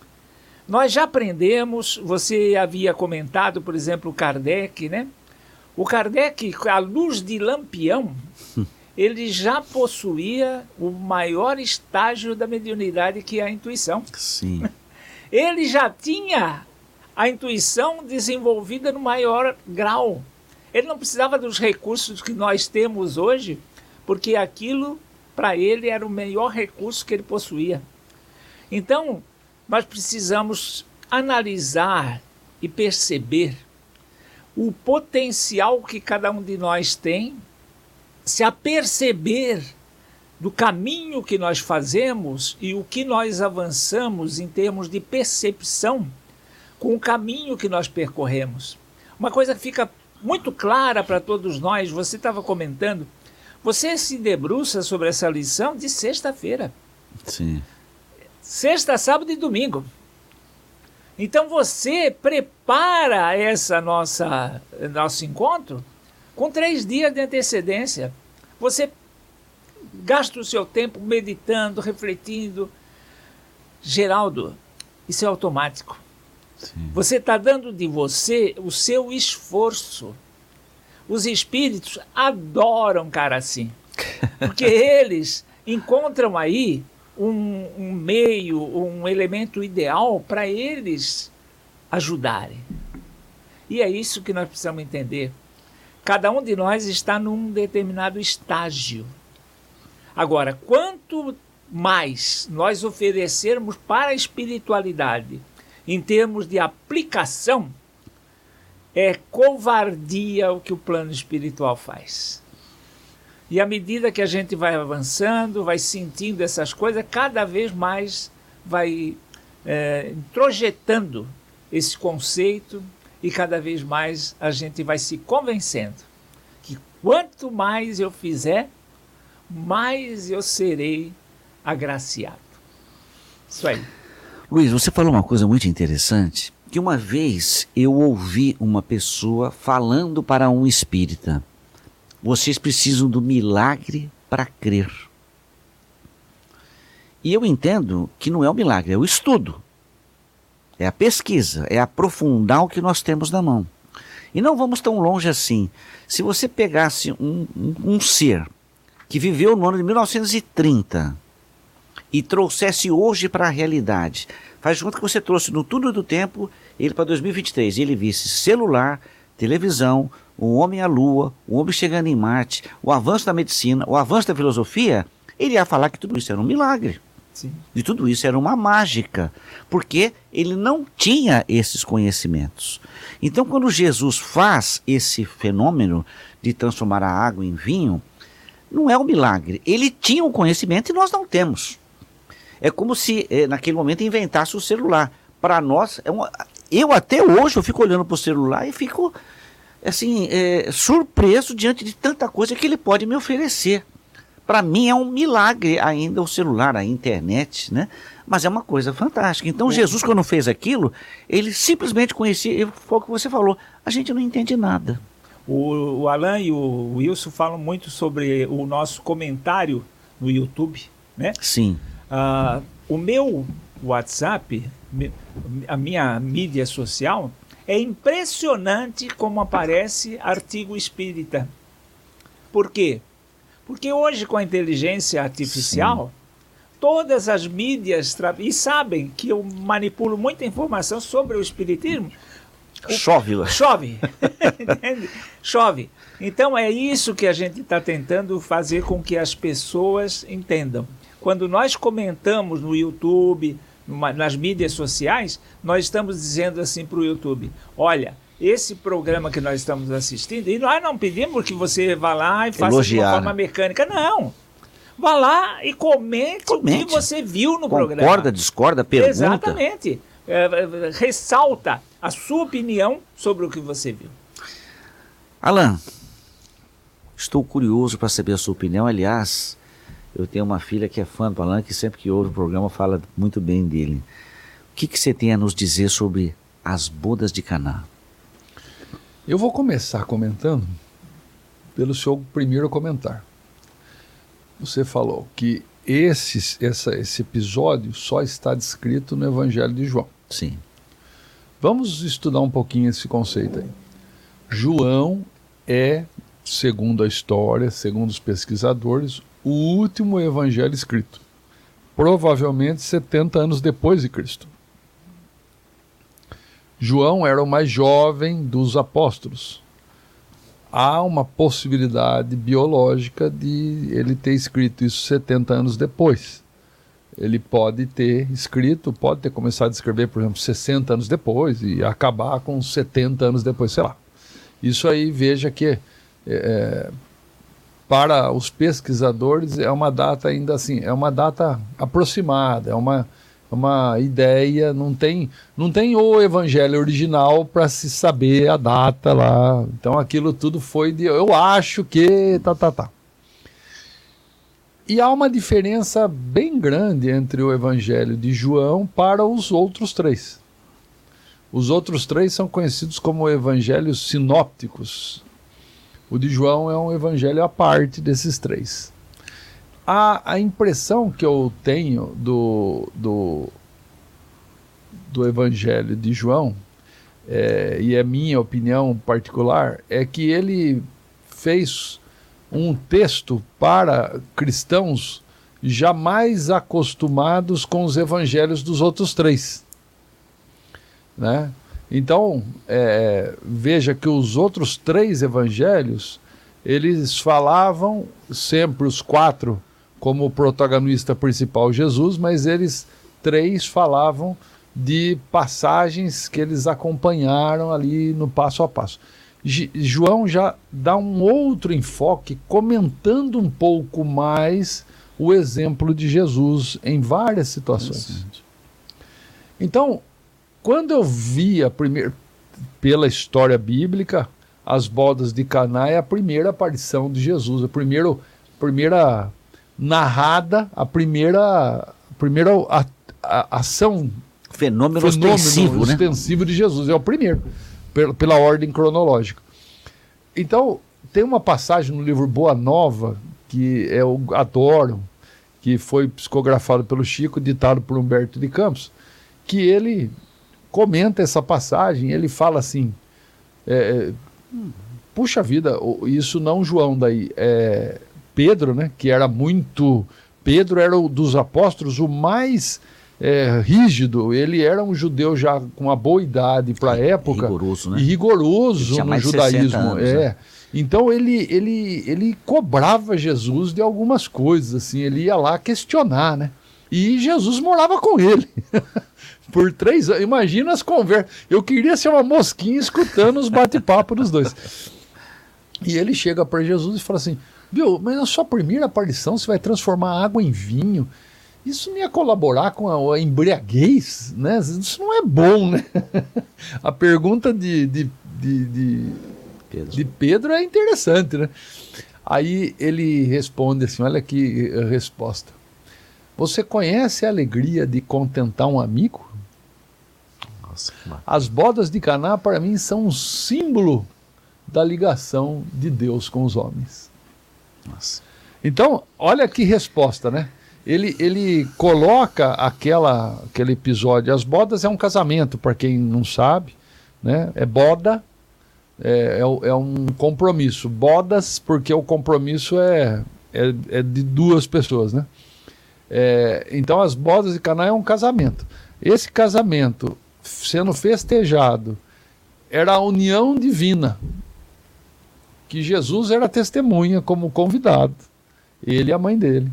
Nós já aprendemos, você havia comentado, por exemplo, o Kardec, né? O Kardec, à luz de Lampião, ele já possuía o maior estágio da mediunidade, que é a intuição.
Sim.
Ele já tinha a intuição desenvolvida no maior grau. Ele não precisava dos recursos que nós temos hoje, porque aquilo, para ele, era o melhor recurso que ele possuía. Então, nós precisamos analisar e perceber o potencial que cada um de nós tem, se aperceber do caminho que nós fazemos e o que nós avançamos em termos de percepção com o caminho que nós percorremos. Uma coisa que fica muito clara para todos nós, você estava comentando, você se debruça sobre essa lição de sexta-feira.
Sim.
Sexta, sábado e domingo. Então você prepara essa nossa nosso encontro com três dias de antecedência. Você gasta o seu tempo meditando, refletindo. Geraldo, isso é automático. Sim. Você está dando de você o seu esforço. Os espíritos adoram cara assim, porque eles encontram aí um, um meio, um elemento ideal para eles ajudarem. E é isso que nós precisamos entender. Cada um de nós está num determinado estágio. Agora, quanto mais nós oferecermos para a espiritualidade em termos de aplicação, é covardia o que o plano espiritual faz. E à medida que a gente vai avançando, vai sentindo essas coisas, cada vez mais vai é, introjetando esse conceito e cada vez mais a gente vai se convencendo que quanto mais eu fizer, mais eu serei agraciado. Isso aí.
Luiz, você falou uma coisa muito interessante, que uma vez eu ouvi uma pessoa falando para um espírita: vocês precisam do milagre para crer. E eu entendo que não é o milagre, é o estudo. É a pesquisa, é aprofundar o que nós temos na mão. E não vamos tão longe assim. Se você pegasse um, um, um ser que viveu no ano de mil novecentos e trinta e trouxesse hoje para a realidade, faz de conta que você trouxe no túnel do tempo ele para dois mil e vinte e três, e ele visse celular, televisão, o homem à lua, o homem chegando em Marte, o avanço da medicina, o avanço da filosofia, ele ia falar que tudo isso era um milagre.
Sim.
E tudo isso era uma mágica, porque ele não tinha esses conhecimentos. Então, quando Jesus faz esse fenômeno de transformar a água em vinho, não é um milagre. Ele tinha um conhecimento e nós não temos. É como se eh, naquele momento inventasse o celular. Para nós, é uma... eu até hoje eu fico olhando para o celular e fico assim, é, surpreso diante de tanta coisa que ele pode me oferecer. Para mim é um milagre ainda o celular, a internet, né? Mas é uma coisa fantástica. Então Jesus, quando fez aquilo, ele simplesmente conhecia, foi o que você falou, a gente não entende nada.
O, o Alan e o Wilson falam muito sobre o nosso comentário no YouTube, né?
Sim.
Uh, o meu WhatsApp, a minha mídia social, é impressionante como aparece artigo espírita. Por quê? Porque hoje, com a inteligência artificial, sim, todas as mídias tra... e sabem que eu manipulo muita informação sobre o espiritismo.
Chove lá.
Chove. Entende? Chove. Então é isso que a gente está tentando fazer com que as pessoas entendam. Quando nós comentamos no YouTube, numa, nas mídias sociais, nós estamos dizendo assim para o YouTube: olha, esse programa que nós estamos assistindo, e nós não pedimos que você vá lá e faça
elogiar,
de uma forma
né?
mecânica, não. Vá lá e comente, comente. o que você viu no
Concorda,
programa.
Concorda, discorda, pergunta.
Exatamente. É, ressalta a sua opinião sobre o que você viu.
Alan, estou curioso para saber a sua opinião. Aliás, eu tenho uma filha que é fã do Alan, que sempre que ouve o programa fala muito bem dele. O que, que você tem a nos dizer sobre as bodas de Caná?
Eu vou começar comentando pelo seu primeiro comentário. Você falou que esse, essa, esse episódio só está descrito no Evangelho de João.
Sim.
Vamos estudar um pouquinho esse conceito aí. João é, segundo a história, segundo os pesquisadores, o último evangelho escrito. Provavelmente setenta anos depois de Cristo. João era o mais jovem dos apóstolos. Há uma possibilidade biológica de ele ter escrito isso setenta anos depois. Ele pode ter escrito, pode ter começado a escrever, por exemplo, sessenta anos depois e acabar com setenta anos depois, sei lá. Isso aí, veja que é, para os pesquisadores é uma data ainda assim, é uma data aproximada, é uma, uma ideia, não tem, não tem o evangelho original para se saber a data lá. Então aquilo tudo foi de, eu acho que tá, tá, tá. E há uma diferença bem grande entre o evangelho de João para os outros três. Os outros três são conhecidos como evangelhos sinópticos. O de João é um evangelho à parte desses três. A, a impressão que eu tenho do, do, do evangelho de João, é, e é minha opinião particular, é que ele fez um texto para cristãos jamais acostumados com os evangelhos dos outros três, né? Então, é, veja que os outros três evangelhos, eles falavam sempre os quatro como protagonista principal Jesus, mas eles três falavam de passagens que eles acompanharam ali no passo a passo. G- João já dá um outro enfoque, comentando um pouco mais o exemplo de Jesus em várias situações. Então, quando eu vi a primeira, pela história bíblica, as bodas de Caná é a primeira aparição de Jesus, a primeira, primeira narrada, a primeira, a primeira a, a, ação,
fenômeno,
fenômeno
ostensivo, né?
ostensivo de Jesus, é o primeiro, pela, pela ordem cronológica. Então, tem uma passagem no livro Boa Nova, que eu adoro, que foi psicografado pelo Chico, ditado por Humberto de Campos, que ele comenta essa passagem, ele fala assim, é, puxa vida, isso não João daí, é Pedro, né, que era muito, Pedro era o dos apóstolos o mais é, rígido, ele era um judeu já com uma boa idade para a época,
rigoroso, né?
E rigoroso no judaísmo, anos, é. Né? Então ele, ele, ele cobrava Jesus de algumas coisas, assim, ele ia lá questionar, né? E Jesus morava com ele por três anos. Imagina as conversas. Eu queria ser uma mosquinha escutando os bate-papos dos dois. E ele chega para Jesus e fala assim, viu, mas na sua primeira aparição você vai transformar água em vinho. Isso não ia colaborar com a, a embriaguez, né? Isso não é bom, né? A pergunta de, de, de, de, Pedro. de Pedro é interessante, né? Aí ele responde assim, olha que resposta. Você conhece a alegria de contentar um amigo? Nossa, que As bodas de Caná, para mim, são um símbolo da ligação de Deus com os homens. Nossa. Então, olha que resposta, né? Ele, ele coloca aquela, aquele episódio. As bodas é um casamento, para quem não sabe, né? É boda, é, é, é um compromisso. Bodas, porque o compromisso é, é, é de duas pessoas, né? É, então as bodas de Caná é um casamento. Esse casamento sendo festejado era a união divina, que Jesus era testemunha como convidado, ele e a mãe dele,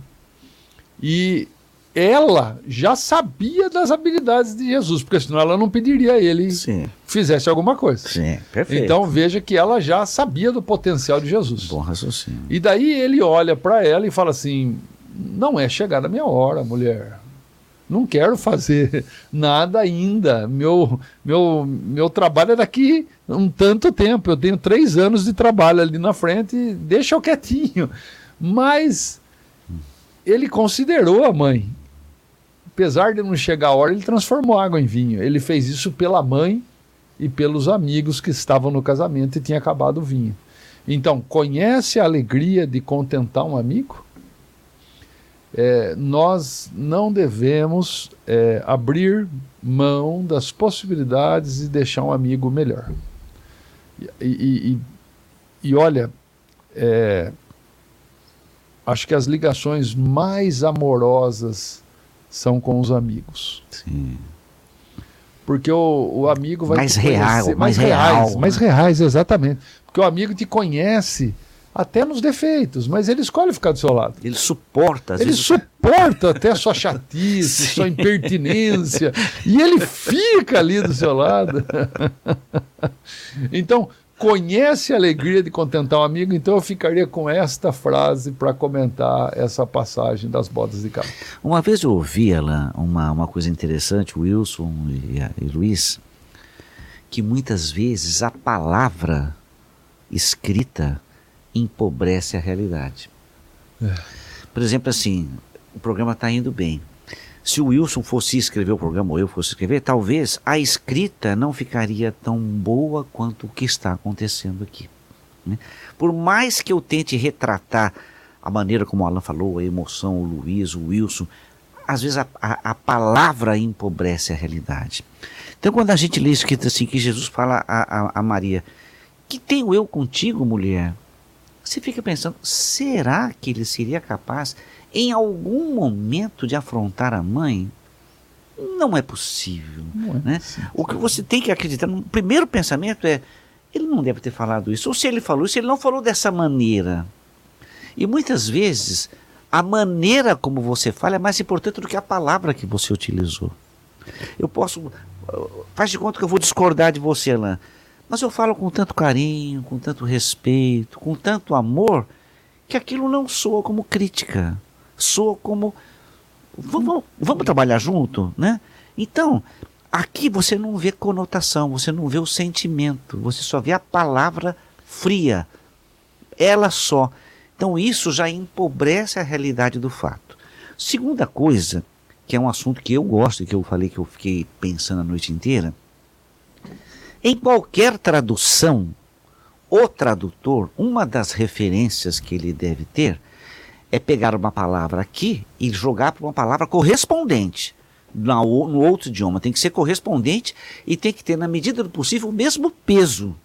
e ela já sabia das habilidades de Jesus, porque senão ela não pediria a ele Sim. que fizesse alguma coisa.
Sim, perfeito.
Então veja que ela já sabia do potencial de Jesus.
Bom raciocínio.
E daí ele olha para ela e fala assim, não é chegada a minha hora, mulher. Não quero fazer nada ainda. Meu, meu, meu trabalho é daqui um tanto tempo. Eu tenho três anos de trabalho ali na frente, deixa eu quietinho. Mas ele considerou a mãe. Apesar de não chegar a hora, ele transformou água em vinho. Ele fez isso pela mãe e pelos amigos que estavam no casamento e tinha acabado o vinho. Então, conhece a alegria de contentar um amigo? É, nós não devemos é, abrir mão das possibilidades de deixar um amigo melhor. E, e, e, e olha, é, acho que as ligações mais amorosas são com os amigos.
Sim.
Porque o, o amigo vai
mais
te
real,
conhecer,
mais,
mais
real,
reais,
né?
mais reais, exatamente. Porque o amigo te conhece até nos defeitos, mas ele escolhe ficar do seu lado.
Ele suporta. Às
ele
vezes...
suporta até a sua chatice, sua impertinência, e ele fica ali do seu lado. Então, conhece a alegria de contentar um amigo, então eu ficaria com esta frase para comentar essa passagem das bodas de Caná.
Uma vez eu ouvi, Alain, uma, uma coisa interessante, Wilson e, e Luiz, que muitas vezes a palavra escrita empobrece a realidade. É. Por exemplo, assim, o programa está indo bem. Se o Wilson fosse escrever o programa, ou eu fosse escrever, talvez a escrita não ficaria tão boa quanto o que está acontecendo aqui, né? Por mais que eu tente retratar a maneira como o Alain falou, a emoção, o Luiz, o Wilson, às vezes a, a, a palavra empobrece a realidade. Então, quando a gente lê escrito assim, que Jesus fala a, a, a Maria, que tenho eu contigo, mulher? Você fica pensando, será que ele seria capaz, em algum momento, de afrontar a mãe? Não é possível. Não é né? possível. O que você tem que acreditar, no primeiro pensamento é, ele não deve ter falado isso. Ou se ele falou isso, ele não falou dessa maneira. E muitas vezes, a maneira como você fala é mais importante do que a palavra que você utilizou. Eu posso... Faz de conta que eu vou discordar de você, Alain. Mas eu falo com tanto carinho, com tanto respeito, com tanto amor, que aquilo não soa como crítica. Soa como... Vamos, vamos trabalhar junto, né? Então, aqui você não vê conotação, você não vê o sentimento, você só vê a palavra fria. Ela só. Então isso já empobrece a realidade do fato. Segunda coisa, que é um assunto que eu gosto e que eu falei que eu fiquei pensando a noite inteira, em qualquer tradução, o tradutor, uma das referências que ele deve ter é pegar uma palavra aqui e jogar para uma palavra correspondente no, no outro idioma. Tem que ser correspondente e tem que ter, na medida do possível, o mesmo peso.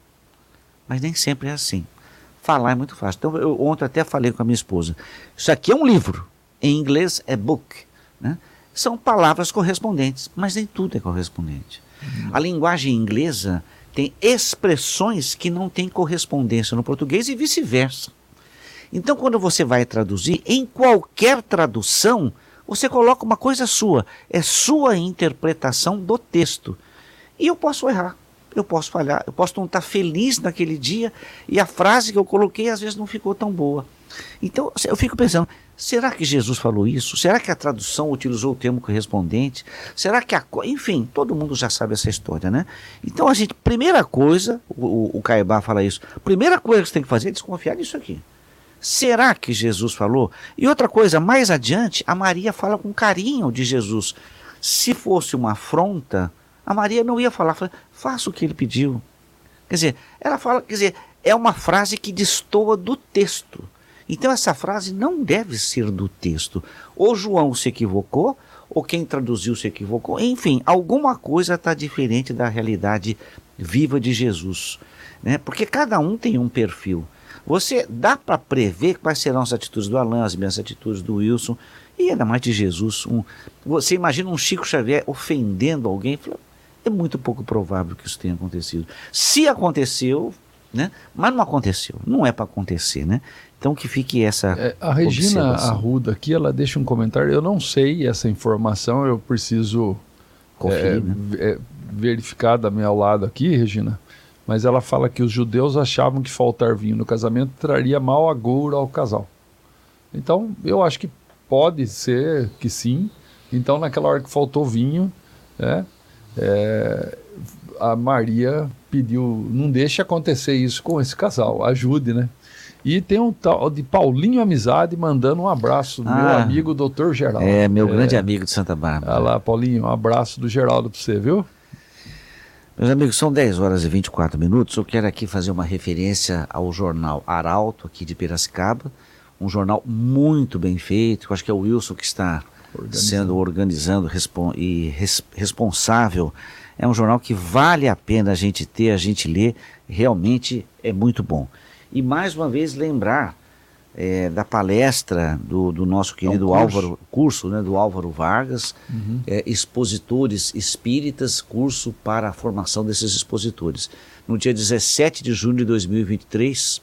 Mas nem sempre é assim. Falar é muito fácil. Então, eu ontem até falei com a minha esposa. Isso aqui é um livro. Em inglês é book, né? São palavras correspondentes, mas nem tudo é correspondente. Uhum. A linguagem inglesa tem expressões que não têm correspondência no português e vice-versa. Então, quando você vai traduzir, em qualquer tradução, você coloca uma coisa sua. É sua interpretação do texto. E eu posso errar, eu posso falhar, eu posso não estar feliz naquele dia e a frase que eu coloquei às vezes não ficou tão boa. Então, eu fico pensando, será que Jesus falou isso? Será que a tradução utilizou o termo correspondente? Será que a... Enfim, todo mundo já sabe essa história, né? Então, a gente, primeira coisa, o, o Caibá fala isso, primeira coisa que você tem que fazer é desconfiar disso aqui. Será que Jesus falou? E outra coisa, mais adiante, a Maria fala com carinho de Jesus. Se fosse uma afronta, a Maria não ia falar, fala, faça o que ele pediu. Quer dizer, ela fala, quer dizer, é uma frase que destoa do texto. Então essa frase não deve ser do texto. Ou João se equivocou, ou quem traduziu se equivocou. Enfim, alguma coisa está diferente da realidade viva de Jesus, né? Porque cada um tem um perfil. Você dá para prever quais serão as atitudes do Alain, as minhas atitudes do Wilson, e ainda mais de Jesus. Um, você imagina um Chico Xavier ofendendo alguém? É muito pouco provável que isso tenha acontecido. Se aconteceu, né? Mas não aconteceu. Não é para acontecer, né? Então que fique essa
é, a Regina Arruda aqui, ela deixa um comentário. Eu não sei essa informação, eu preciso Conferir, é, né? é, verificar da minha ao lado aqui, Regina. Mas ela fala que os judeus achavam que faltar vinho no casamento traria mau agouro ao casal. Então, eu acho que pode ser que sim. Então, naquela hora que faltou vinho, é, é, a Maria pediu, não deixe acontecer isso com esse casal, ajude, né? E tem um tal de Paulinho Amizade mandando um abraço do ah, meu amigo doutor Geraldo.
É, meu é, grande amigo de Santa Bárbara.
Olha lá, Paulinho, um abraço do Geraldo para você, viu?
Meus amigos, são dez horas e vinte e quatro minutos. Eu quero aqui fazer uma referência ao jornal Arauto, aqui de Piracicaba. Um jornal muito bem feito. Eu acho que é o Wilson que está organizando. sendo organizando respon e res responsável. É um jornal que vale a pena a gente ter, a gente ler. Realmente é muito bom. E mais uma vez lembrar é, da palestra do, do nosso querido é um curso. Álvaro, curso né, do Álvaro Vargas, uhum. é, expositores espíritas, curso para a formação desses expositores. No dia dezessete de junho de dois mil e vinte e três.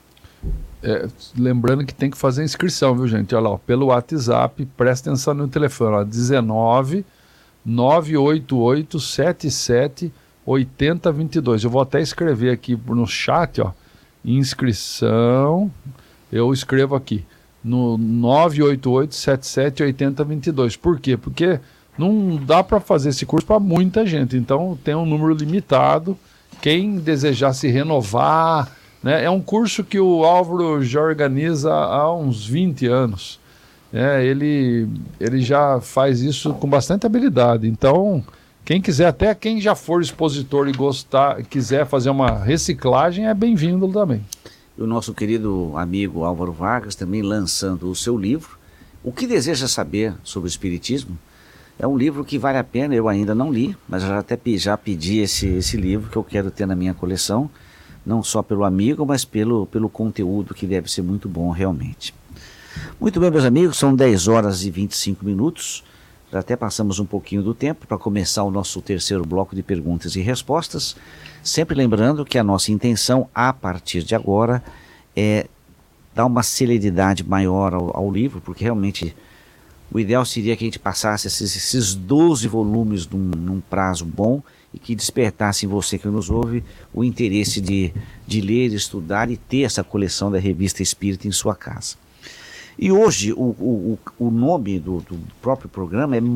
É, lembrando que tem que fazer inscrição, viu, gente? Olha lá, ó, pelo WhatsApp, presta atenção no telefone, ó, dezenove, nove oito oito, sete sete, oito zero dois dois. Eu vou até escrever aqui no chat, ó, inscrição, eu escrevo aqui, no nove oito oito, sete sete, oito zero dois dois. Por quê? Porque não dá para fazer esse curso para muita gente, então tem um número limitado. Quem desejar se renovar, né, é um curso que o Álvaro já organiza há uns vinte anos. É, ele, ele já faz isso com bastante habilidade. Então, quem quiser, até quem já for expositor e gostar, quiser fazer uma reciclagem, é bem-vindo também.
E o nosso querido amigo Álvaro Vargas também lançando o seu livro, O que Deseja Saber sobre o Espiritismo. É um livro que vale a pena, eu ainda não li, mas já até já pedi esse, esse livro que eu quero ter na minha coleção, não só pelo amigo, mas pelo, pelo conteúdo que deve ser muito bom realmente. Muito bem, meus amigos, são dez horas e vinte e cinco minutos, já até passamos um pouquinho do tempo para começar o nosso terceiro bloco de perguntas e respostas, sempre lembrando que a nossa intenção a partir de agora é dar uma celeridade maior ao, ao livro, porque realmente O ideal seria que a gente passasse esses, esses doze volumes num, num prazo bom e que despertasse em você que nos ouve o interesse de, de ler, estudar e ter essa coleção da Revista Espírita em sua casa. E hoje o, o, o nome do, do próprio programa é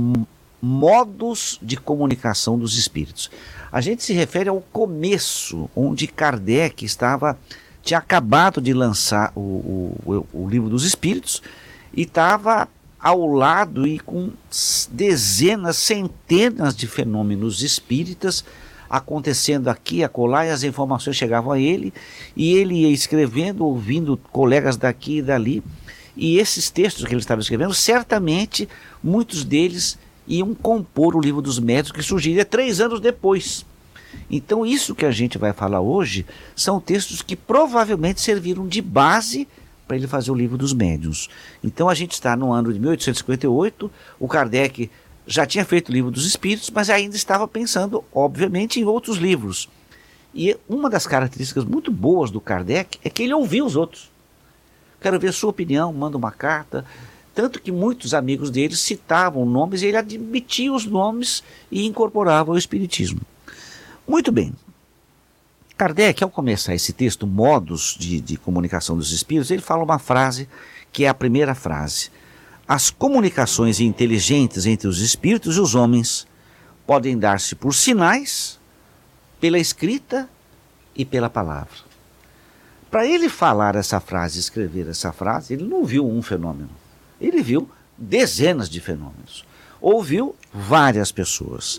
Modos de Comunicação dos Espíritos. A gente se refere ao começo, onde Kardec estava, tinha acabado de lançar o, o, o Livro dos Espíritos e estava ao lado e com dezenas, centenas de fenômenos espíritas acontecendo aqui, acolá, e as informações chegavam a ele, e ele ia escrevendo, ouvindo colegas daqui e dali, e esses textos que ele estava escrevendo, certamente, muitos deles iam compor o Livro dos Médiuns, que surgiria três anos depois. Então isso que a gente vai falar hoje são textos que provavelmente serviram de base para ele fazer o Livro dos Médiuns. Então a gente está no ano de mil oitocentos e cinquenta e oito, o Kardec já tinha feito o Livro dos Espíritos, mas ainda estava pensando, obviamente, em outros livros. E uma das características muito boas do Kardec é que ele ouvia os outros. Quero ver a sua opinião, manda uma carta. Tanto que muitos amigos dele citavam nomes e ele admitia os nomes e incorporava o Espiritismo. Muito bem. Kardec, ao começar esse texto, Modos de, de Comunicação dos Espíritos, ele fala uma frase que é a primeira frase. As comunicações inteligentes entre os espíritos e os homens podem dar-se por sinais, pela escrita e pela palavra. Para ele falar essa frase, escrever essa frase, ele não viu um fenômeno. Ele viu dezenas de fenômenos. Ouviu várias pessoas.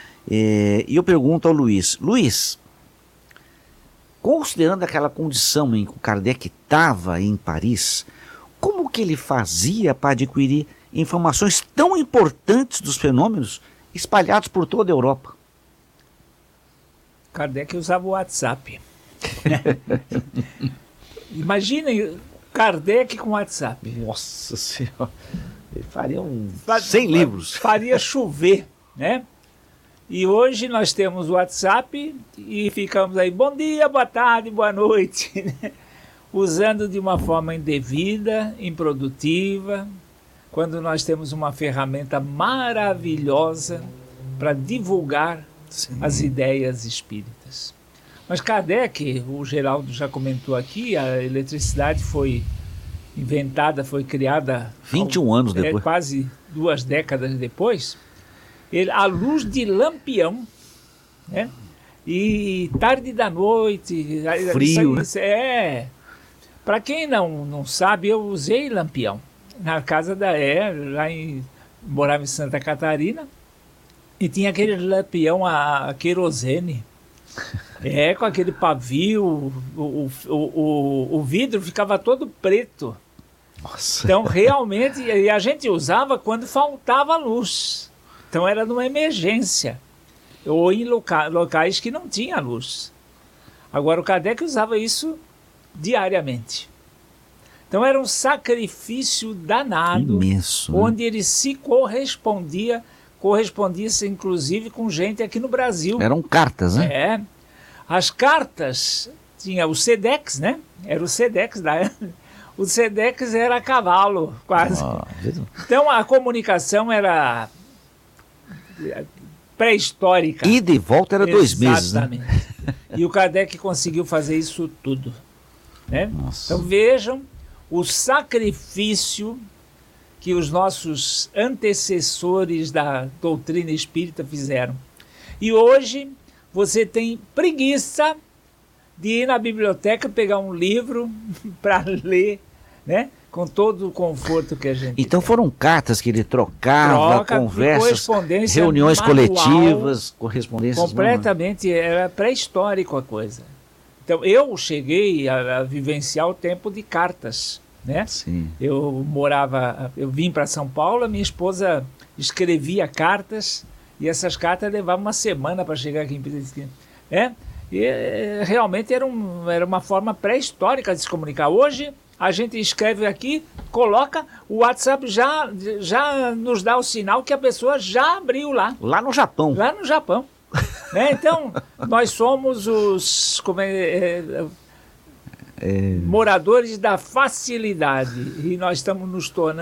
É, e eu pergunto ao Luiz, Luiz, considerando aquela condição em que o Kardec estava em Paris, como que ele fazia para adquirir informações tão importantes dos fenômenos espalhados por toda a Europa?
Kardec usava o WhatsApp. Imaginem Kardec com WhatsApp.
Nossa Senhora, ele faria um cem livros.
Faria chover, né? E hoje nós temos o WhatsApp e ficamos aí, bom dia, boa tarde, boa noite, né? Usando de uma forma indevida, improdutiva, quando nós temos uma ferramenta maravilhosa para divulgar Sim. as ideias espíritas. Mas Kardec, o Geraldo já comentou aqui, a eletricidade foi inventada, foi criada
vinte e um anos
é,
depois.
Quase duas décadas depois. Ele, a luz de lampião, né? E tarde da noite.
Frio,
isso, né? É. Para quem não, não sabe, eu usei lampião na casa da É, lá em. Morava em Santa Catarina, e tinha aquele lampião a, a querosene. É, com aquele pavio, o, o, o, o, o vidro ficava todo preto.
Nossa.
Então, realmente, e a gente usava quando faltava luz. Então, era numa emergência. Ou em loca locais que não tinha luz. Agora, o Kardec usava isso diariamente. Então, era um sacrifício danado.
Imenso, né?
Onde ele se correspondia, correspondia-se inclusive com gente aqui no Brasil.
Eram cartas, né?
É. As cartas, tinha o Sedex, né? Era o Sedex da época. O Sedex era a cavalo, quase. Oh, então, a comunicação era pré-histórica.
Ida e volta era dois meses, né?
Exatamente. E o Kardec conseguiu fazer isso tudo. Né? Então vejam o sacrifício que os nossos antecessores da doutrina espírita fizeram. E hoje você tem preguiça de ir na biblioteca pegar um livro para ler, né? Com todo o conforto que a gente
Então
tem.
Foram cartas que ele trocava,
Troca,
conversas, reuniões manual, coletivas, correspondências.
Completamente, manuais. Era pré-histórico a coisa. Então, eu cheguei a, a vivenciar o tempo de cartas, né?
Sim.
Eu morava, eu vim para São Paulo, a minha esposa escrevia cartas, e essas cartas levavam uma semana para chegar aqui em Piracicaba, né? E realmente era, um, era uma forma pré-histórica de se comunicar. Hoje, a gente escreve aqui, coloca, o WhatsApp já, já nos dá o sinal que a pessoa já abriu lá.
Lá no Japão.
Lá no Japão. Né? Então, nós somos os como é, é, é... moradores da facilidade, e nós estamos nos tornando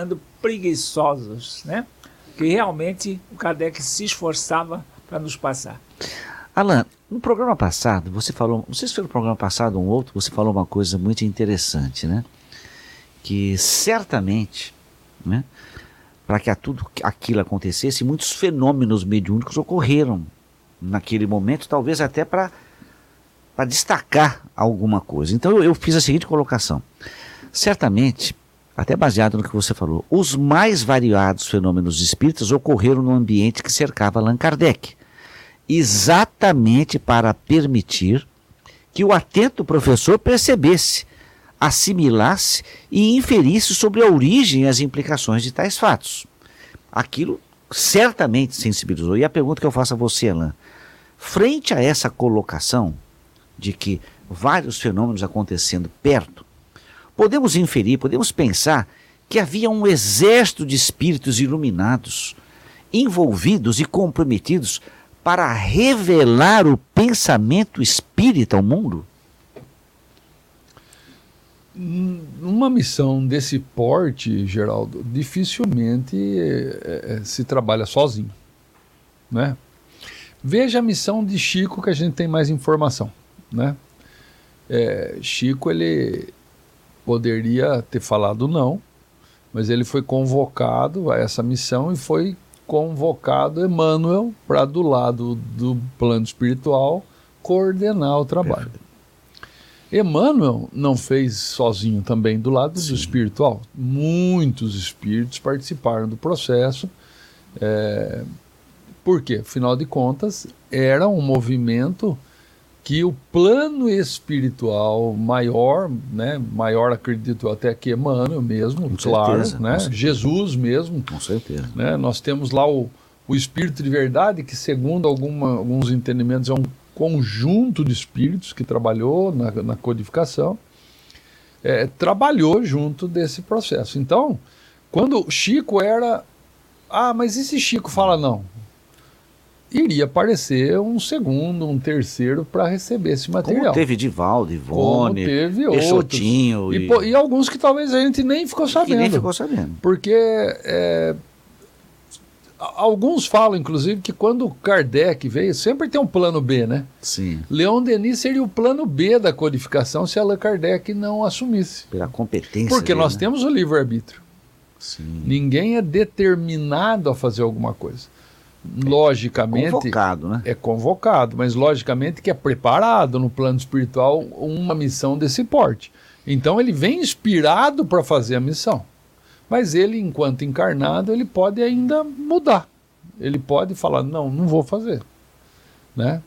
preguiçosos, né? Que realmente o Kardec se esforçava para nos passar.
Alain, no programa passado, você falou, não sei se foi no programa passado ou um outro, você falou uma coisa muito interessante, né? Que certamente, né, para que a tudo aquilo acontecesse, muitos fenômenos mediúnicos ocorreram naquele momento, talvez até para para destacar alguma coisa. Então eu, eu fiz a seguinte colocação. Certamente, até baseado no que você falou, os mais variados fenômenos espíritas ocorreram no ambiente que cercava Allan Kardec, exatamente para permitir que o atento professor percebesse, assimilasse e inferisse sobre a origem e as implicações de tais fatos. Aquilo certamente sensibilizou. E a pergunta que eu faço a você, Alain, frente a essa colocação de que vários fenômenos acontecendo perto, podemos inferir, podemos pensar que havia um exército de espíritos iluminados, envolvidos e comprometidos para revelar o pensamento espírita ao mundo?
Uma missão desse porte, Geraldo, dificilmente é, é, se trabalha sozinho, né? Veja a missão de Chico, que a gente tem mais informação, né? É, Chico, ele poderia ter falado não, mas ele foi convocado a essa missão e foi convocado Emmanuel para, do lado do plano espiritual, coordenar o trabalho. Perfeito. Emmanuel não fez sozinho também do lado Sim. do espiritual. Muitos espíritos participaram do processo. É, por quê? Afinal de contas, era um movimento que o plano espiritual maior, né, maior acredito até que Emmanuel mesmo, com claro, certeza, né, Jesus mesmo.
Com certeza.
Né, nós temos lá o, o Espírito de Verdade, que segundo alguma, alguns entendimentos é um conjunto de espíritos que trabalhou na, na codificação, é, trabalhou junto desse processo. Então, quando Chico era... Ah, mas e se Chico fala não? Iria aparecer um segundo, um terceiro para receber esse material.
Como teve Divaldo, Ivone, Peixotinho.
E, e... e alguns que talvez a gente nem ficou sabendo.
E nem ficou sabendo.
Porque é, alguns falam, inclusive, que quando Kardec veio, sempre tem um plano B, né?
Sim.
Leon Denis seria o plano B da codificação se Allan Kardec não assumisse.
Pela competência.
Porque
dele,
nós
né?
temos o livre-arbítrio.
Sim.
Ninguém é determinado a fazer alguma coisa. Logicamente,
é convocado, né?
É convocado, mas logicamente que é preparado no plano espiritual uma missão desse porte. Então ele vem inspirado para fazer a missão. Mas ele, enquanto encarnado, ele pode ainda mudar. Ele pode falar, não, não vou fazer. Né?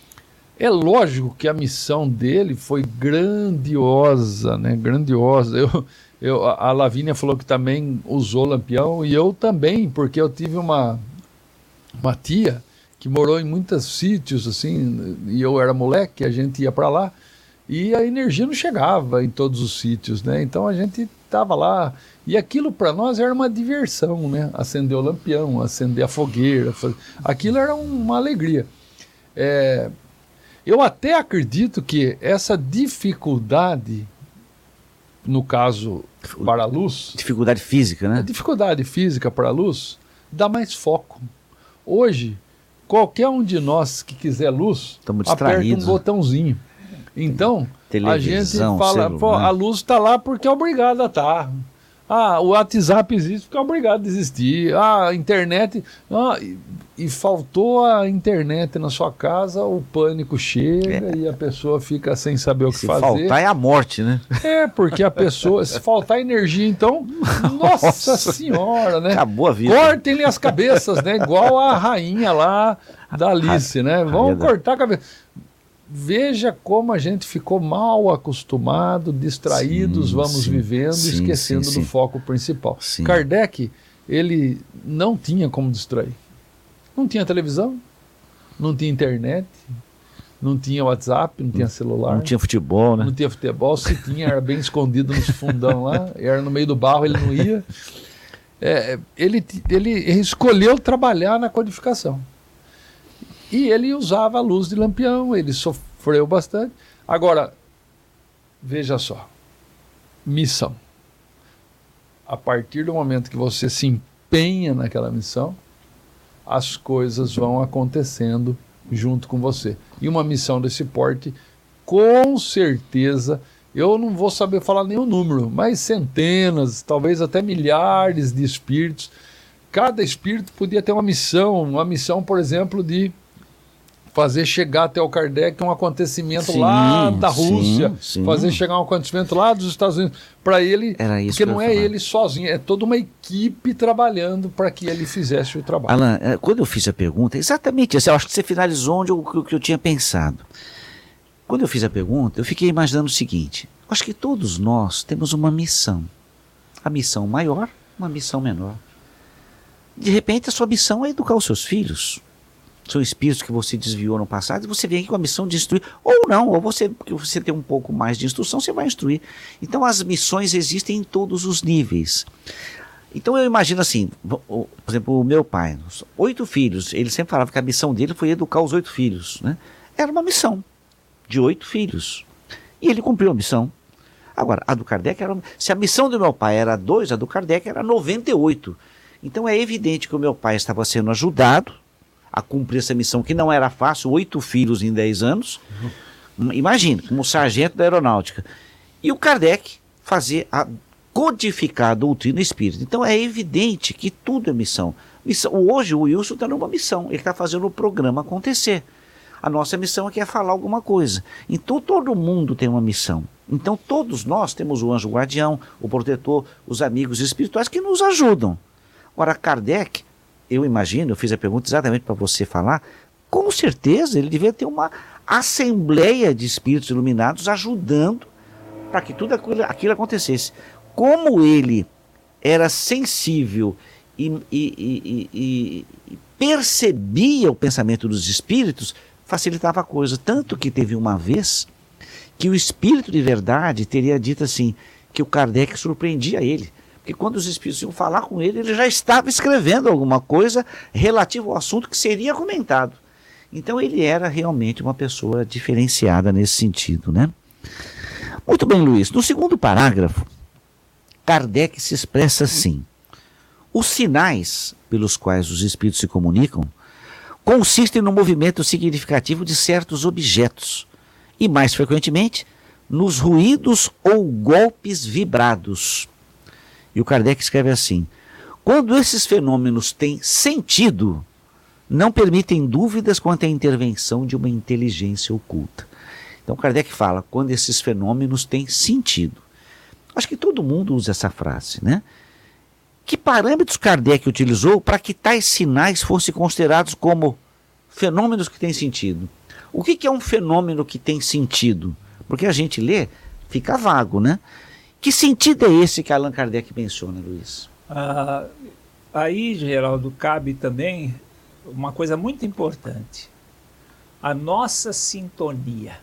É lógico que a missão dele foi grandiosa, né? Grandiosa. Eu, eu, a Lavínia falou que também usou Lampião, e eu também, porque eu tive uma... uma tia que morou em muitos sítios, assim, e eu era moleque, a gente ia para lá, e a energia não chegava em todos os sítios, né? Então a gente estava lá, e aquilo para nós era uma diversão, né? Acender o lampião, acender a fogueira, fazer... aquilo era uma alegria. É... Eu até acredito que essa dificuldade, no caso para a luz...
Dificuldade física, né?
A dificuldade física para a luz dá mais foco. Hoje, qualquer um de nós que quiser luz, aperta um botãozinho. Então, a gente fala, pô, a luz está lá porque é obrigada a estar. Ah, o WhatsApp existe porque é obrigado a existir. Ah, a internet... Ah, e, e faltou a internet na sua casa, o pânico chega é. e a pessoa fica sem saber o que
se
fazer.
Se faltar é a morte, né?
É, porque a pessoa... Se faltar energia, então... Nossa, nossa senhora, né?
Acabou a vida.
Cortem-lhe as cabeças, né? Igual a rainha lá da Alice, né? Vamos cortar a cabeça. Veja como a gente ficou mal acostumado, distraídos, sim, vamos sim, vivendo, sim, esquecendo sim, do sim. foco principal. Sim. Kardec, ele não tinha como distrair. Não tinha televisão, não tinha internet, não tinha WhatsApp, não tinha celular.
Não tinha futebol, né?
Não tinha futebol, se tinha, era bem escondido nos fundão lá, era no meio do barro, ele não ia. É, ele, ele escolheu trabalhar na codificação. E ele usava a luz de lampião, ele sofreu bastante. Agora, veja só, missão. a partir do momento que você se empenha naquela missão, as coisas vão acontecendo junto com você. E uma missão desse porte, com certeza, eu não vou saber falar nenhum número, mas centenas, talvez até milhares de espíritos. Cada espírito podia ter uma missão, uma missão, por exemplo, de fazer chegar até o Kardec um acontecimento sim, lá da Rússia, sim, sim. fazer chegar um acontecimento lá dos Estados Unidos, para ele,
Era isso
porque não é
falar.
ele sozinho, é toda uma equipe trabalhando para que ele fizesse o trabalho.
Alan, quando eu fiz a pergunta, exatamente assim, eu acho que você finalizou onde eu, o que eu tinha pensado. Quando eu fiz a pergunta, eu fiquei imaginando o seguinte, acho que todos nós temos uma missão, a missão maior, uma missão menor. De repente a sua missão é educar os seus filhos, são espíritos que você desviou no passado, e você vem aqui com a missão de instruir, ou não, ou você, porque você tem um pouco mais de instrução, você vai instruir. Então as missões existem em todos os níveis. Então eu imagino assim, por exemplo, o meu pai, oito filhos, ele sempre falava que a missão dele foi educar os oito filhos, né? Era uma missão de oito filhos, e ele cumpriu a missão. Agora, a do Kardec era, se a missão do meu pai era dois, a do Kardec era noventa e oito. Então é evidente que o meu pai estava sendo ajudado a cumprir essa missão, que não era fácil, oito filhos em dez anos, uhum. Imagina, como sargento da aeronáutica. E o Kardec fazer a codificar a doutrina espírita. Então é evidente que tudo é missão. missão hoje o Wilson está numa missão, ele está fazendo o programa acontecer. A nossa missão aqui é falar alguma coisa. Então todo mundo tem uma missão. Então todos nós temos o anjo guardião, o protetor, os amigos espirituais que nos ajudam. Agora Kardec, eu imagino, eu fiz a pergunta exatamente para você falar, com certeza ele devia ter uma assembleia de espíritos iluminados ajudando para que tudo aquilo, aquilo acontecesse. Como ele era sensível e, e, e, e, e percebia o pensamento dos espíritos, facilitava a coisa. Tanto que teve uma vez que o espírito de verdade teria dito assim, que o Kardec surpreendia ele. Porque quando os espíritos iam falar com ele, ele já estava escrevendo alguma coisa relativa ao assunto que seria comentado. Então ele era realmente uma pessoa diferenciada nesse sentido, né? Muito bem, Luiz. No segundo parágrafo, Kardec se expressa assim: os sinais pelos quais os espíritos se comunicam consistem no movimento significativo de certos objetos e, mais frequentemente, nos ruídos ou golpes vibrados. E o Kardec escreve assim: quando esses fenômenos têm sentido, não permitem dúvidas quanto à intervenção de uma inteligência oculta. Então Kardec fala, quando esses fenômenos têm sentido. Acho que todo mundo usa essa frase, né? Que parâmetros Kardec utilizou para que tais sinais fossem considerados como fenômenos que têm sentido? O que, que é um fenômeno que tem sentido? Porque a gente lê, fica vago, né? Que sentido é esse que Allan Kardec menciona, Luiz?
Ah, aí, Geraldo, cabe também uma coisa muito importante. A nossa sintonia.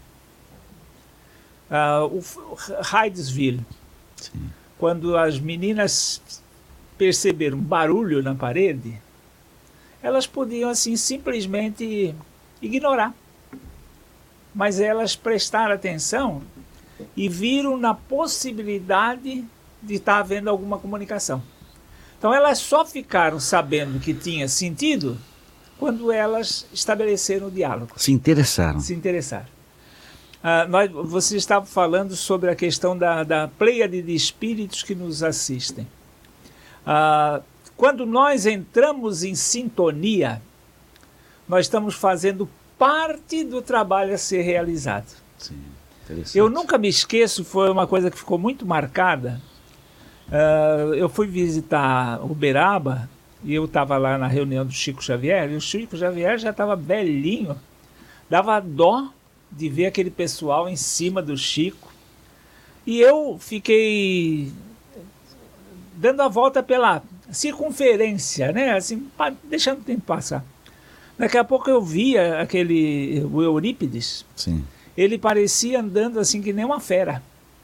Ah, o Hydesville, Sim. quando as meninas perceberam barulho na parede, elas podiam assim simplesmente ignorar. Mas elas prestaram atenção e viram na possibilidade de estar havendo alguma comunicação. Então elas só ficaram sabendo que tinha sentido quando elas estabeleceram o diálogo.
Se interessaram.
Se interessaram. Ah, nós, você estava falando sobre a questão da, da pleiade de espíritos que nos assistem. Ah, quando nós entramos em sintonia, nós estamos fazendo parte do trabalho a ser realizado.
Sim.
Eu nunca me esqueço, foi uma coisa que ficou muito marcada. Uh, eu fui visitar Uberaba e eu estava lá na reunião do Chico Xavier, e o Chico Xavier já estava velhinho. Dava dó de ver aquele pessoal em cima do Chico. E eu fiquei dando a volta pela circunferência, né? Assim, deixando o tempo passar. Daqui a pouco eu via aquele, o Eurípides.
Sim.
Ele parecia andando assim que nem uma fera.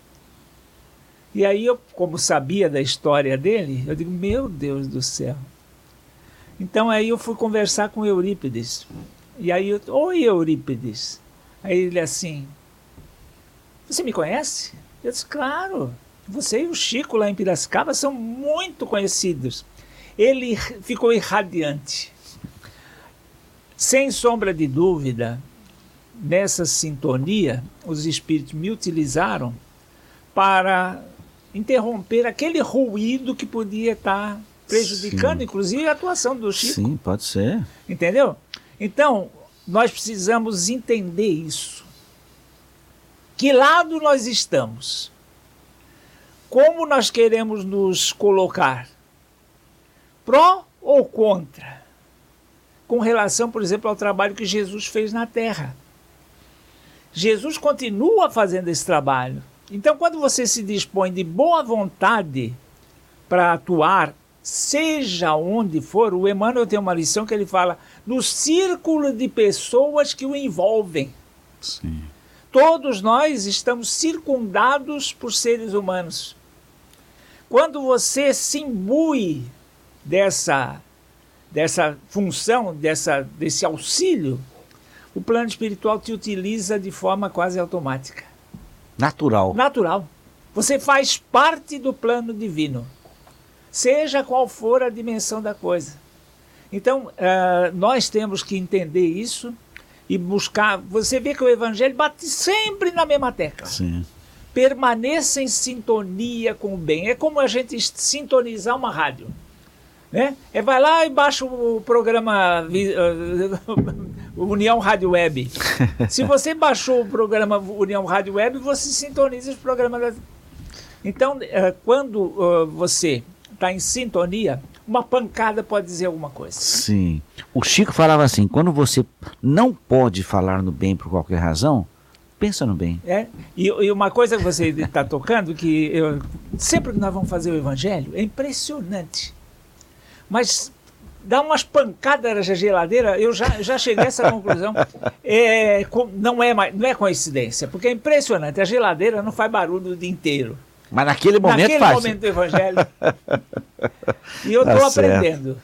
E aí eu, como sabia da história dele, eu digo, meu Deus do céu. Então aí eu fui conversar com Eurípides. E aí eu, oi Eurípides. Aí ele assim, você me conhece? Eu disse, claro, Você e o Chico lá em Piracicaba são muito conhecidos. Ele ficou irradiante. Sem sombra de dúvida, nessa sintonia, os espíritos me utilizaram para interromper aquele ruído que podia estar prejudicando, Sim. inclusive, a atuação do Chico.
Sim, pode ser.
Entendeu? Então, nós precisamos entender isso. Que lado nós estamos? Como nós queremos nos colocar? Pró ou contra? Com relação, por exemplo, ao trabalho que Jesus fez na Terra. Jesus continua fazendo esse trabalho. Então, quando você se dispõe de boa vontade para atuar, seja onde for, o Emmanuel tem uma lição que ele fala no círculo de pessoas que o envolvem.
Sim.
Todos nós estamos circundados por seres humanos. Quando você se imbui dessa, dessa função, dessa, desse auxílio, o plano espiritual te utiliza de forma quase automática.
Natural.
Natural. Você faz parte do plano divino, seja qual for a dimensão da coisa. Então, uh, nós temos que entender isso e buscar. Você vê que o Evangelho bate sempre na mesma tecla.
Sim.
Permaneça em sintonia com o bem. É como a gente sintonizar uma rádio. Né? É, vai lá e baixa o programa uh, União Rádio Web. Se você baixou o programa União Rádio Web, você sintoniza os programas. Da... Então, uh, quando uh, você está em sintonia, uma pancada pode dizer alguma coisa.
Sim. O Chico falava assim, quando você não pode falar no bem por qualquer razão, pensa no bem.
É, e, e uma coisa que você está tocando, que eu, sempre que nós vamos fazer o Evangelho, é impressionante. Mas dá umas pancadas na geladeira, eu já, já cheguei a essa conclusão. É, com, não, é, não é coincidência, porque é impressionante, a geladeira não faz barulho o dia inteiro.
Mas naquele momento
naquele
faz.
Naquele momento do Evangelho. E eu estou
tá
aprendendo.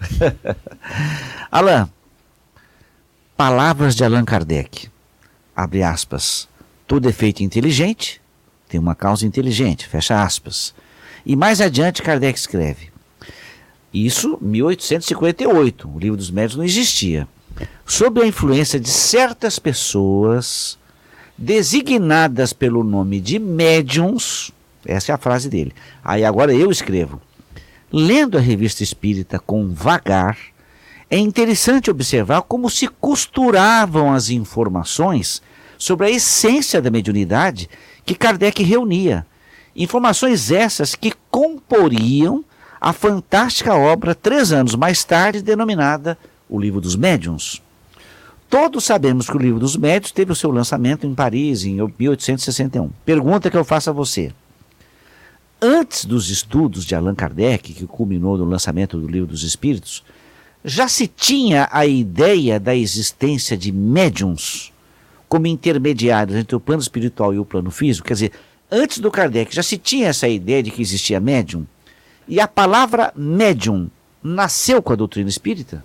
Alain, palavras de Allan Kardec. Abre aspas. Tudo é feito inteligente, tem uma causa inteligente, fecha aspas. E mais adiante Kardec escreve. Isso em mil oitocentos e cinquenta e oito, o Livro dos Médiuns não existia. Sob a influência de certas pessoas, designadas pelo nome de médiuns, essa é a frase dele. Aí agora eu escrevo. Lendo a Revista Espírita com vagar, é interessante observar como se costuravam as informações sobre a essência da mediunidade que Kardec reunia. Informações essas que comporiam a fantástica obra, três anos mais tarde, denominada O Livro dos Médiuns. Todos sabemos que o Livro dos Médiuns teve o seu lançamento em Paris, em mil oitocentos e sessenta e um. Pergunta que eu faço a você. Antes dos estudos de Allan Kardec, que culminou no lançamento do Livro dos Espíritos, já se tinha a ideia da existência de médiuns como intermediários entre o plano espiritual e o plano físico? Quer dizer, antes do Kardec já se tinha essa ideia de que existia médium? E a palavra médium nasceu com a doutrina espírita?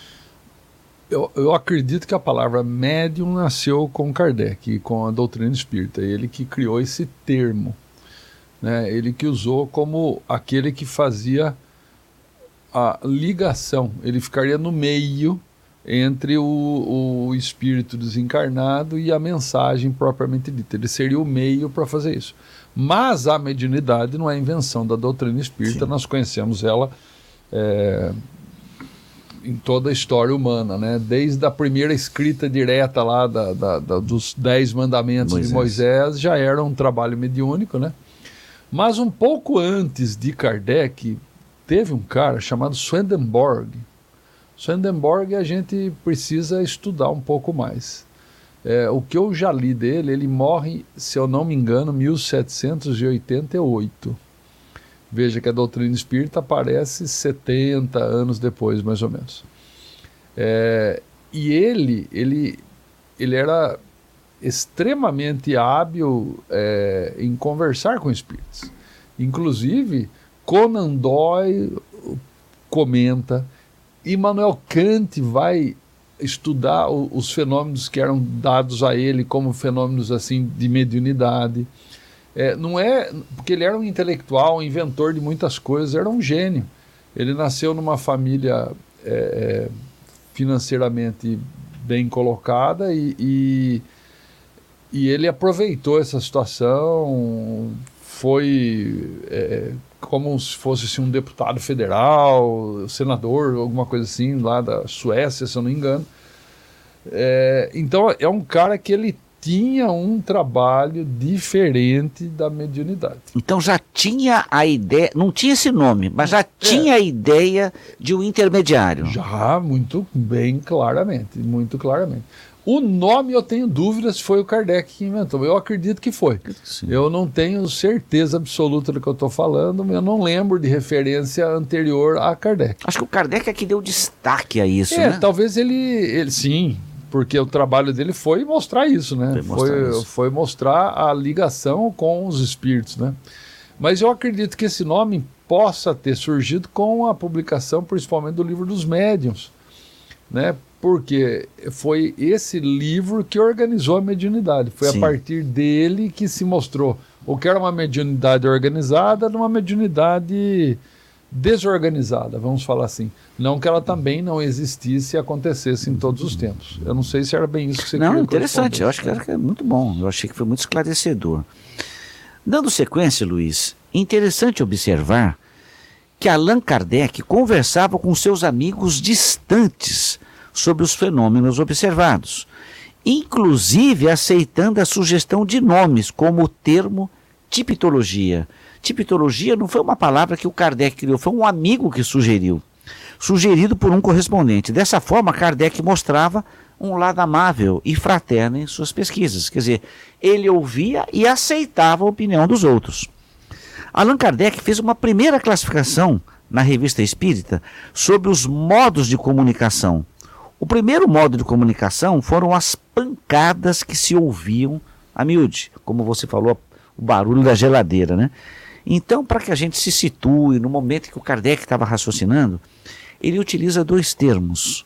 Eu, eu acredito que a palavra médium nasceu com Kardec, com a doutrina espírita. Ele que criou esse termo, né? Ele que usou como aquele que fazia a ligação. Ele ficaria no meio entre o, o espírito desencarnado e a mensagem propriamente dita. Ele seria o meio para fazer isso. Mas a mediunidade não é invenção da doutrina espírita. Sim. Nós conhecemos ela é, em toda a história humana, né? Desde a primeira escrita direta lá da, da, da, dos Dez Mandamentos Moisés. de Moisés, já era um trabalho mediúnico, né? Mas um pouco antes de Kardec, teve um cara chamado Swedenborg. Swedenborg a gente precisa estudar um pouco mais. É, o que eu já li dele, ele morre, se eu não me engano, em mil setecentos e oitenta e oito. Veja que a doutrina espírita aparece setenta anos depois, mais ou menos. É, e ele, ele, ele era extremamente hábil é, em conversar com espíritos. Inclusive, Conan Doyle comenta, Immanuel Kant vai estudar o, os fenômenos que eram dados a ele como fenômenos assim de mediunidade. É, não é porque ele era um intelectual, um inventor de muitas coisas, era um gênio. Ele nasceu numa família é, financeiramente bem colocada e, e, e ele aproveitou essa situação, foi é, como se fosse assim, um deputado federal, senador, alguma coisa assim, lá da Suécia, se eu não me engano. É, então é um cara que ele tinha um trabalho diferente da mediunidade.
Então já tinha a ideia, não tinha esse nome, mas já é. tinha a ideia de um intermediário.
Já, muito bem claramente, muito claramente. O nome eu tenho dúvidas se foi o Kardec que inventou, eu acredito que foi. Sim. Eu não tenho certeza absoluta do que eu estou falando, mas eu não lembro de referência anterior a Kardec.
Acho que o Kardec é que deu destaque a isso,
é,
né?
Talvez ele, ele sim... Porque o trabalho dele foi mostrar isso, né? Foi mostrar, foi, isso. foi mostrar a ligação com os espíritos, né? Mas eu acredito que esse nome possa ter surgido com a publicação, principalmente do livro dos médiuns, né? Porque foi esse livro que organizou a mediunidade. Foi Sim. a partir dele que se mostrou o que era uma mediunidade organizada numa mediunidade desorganizada, vamos falar assim. Não que ela também não existisse e acontecesse em todos os tempos. Eu não sei se era bem isso que você
queria. Não, interessante, eu acho que é muito bom, eu achei que foi muito esclarecedor. Dando sequência, Luiz, interessante observar que Allan Kardec conversava com seus amigos distantes sobre os fenômenos observados, inclusive aceitando a sugestão de nomes, como o termo tipitologia. Tipitologia não foi uma palavra que o Kardec criou, foi um amigo que sugeriu, sugerido por um correspondente. Dessa forma, Kardec mostrava um lado amável e fraterno em suas pesquisas. Quer dizer, ele ouvia e aceitava a opinião dos outros. Allan Kardec fez uma primeira classificação na Revista Espírita sobre os modos de comunicação. O primeiro modo de comunicação foram as pancadas que se ouviam a miúde, como você falou, o barulho da geladeira, né? Então, para que a gente se situe no momento que o Kardec estava raciocinando, ele utiliza dois termos,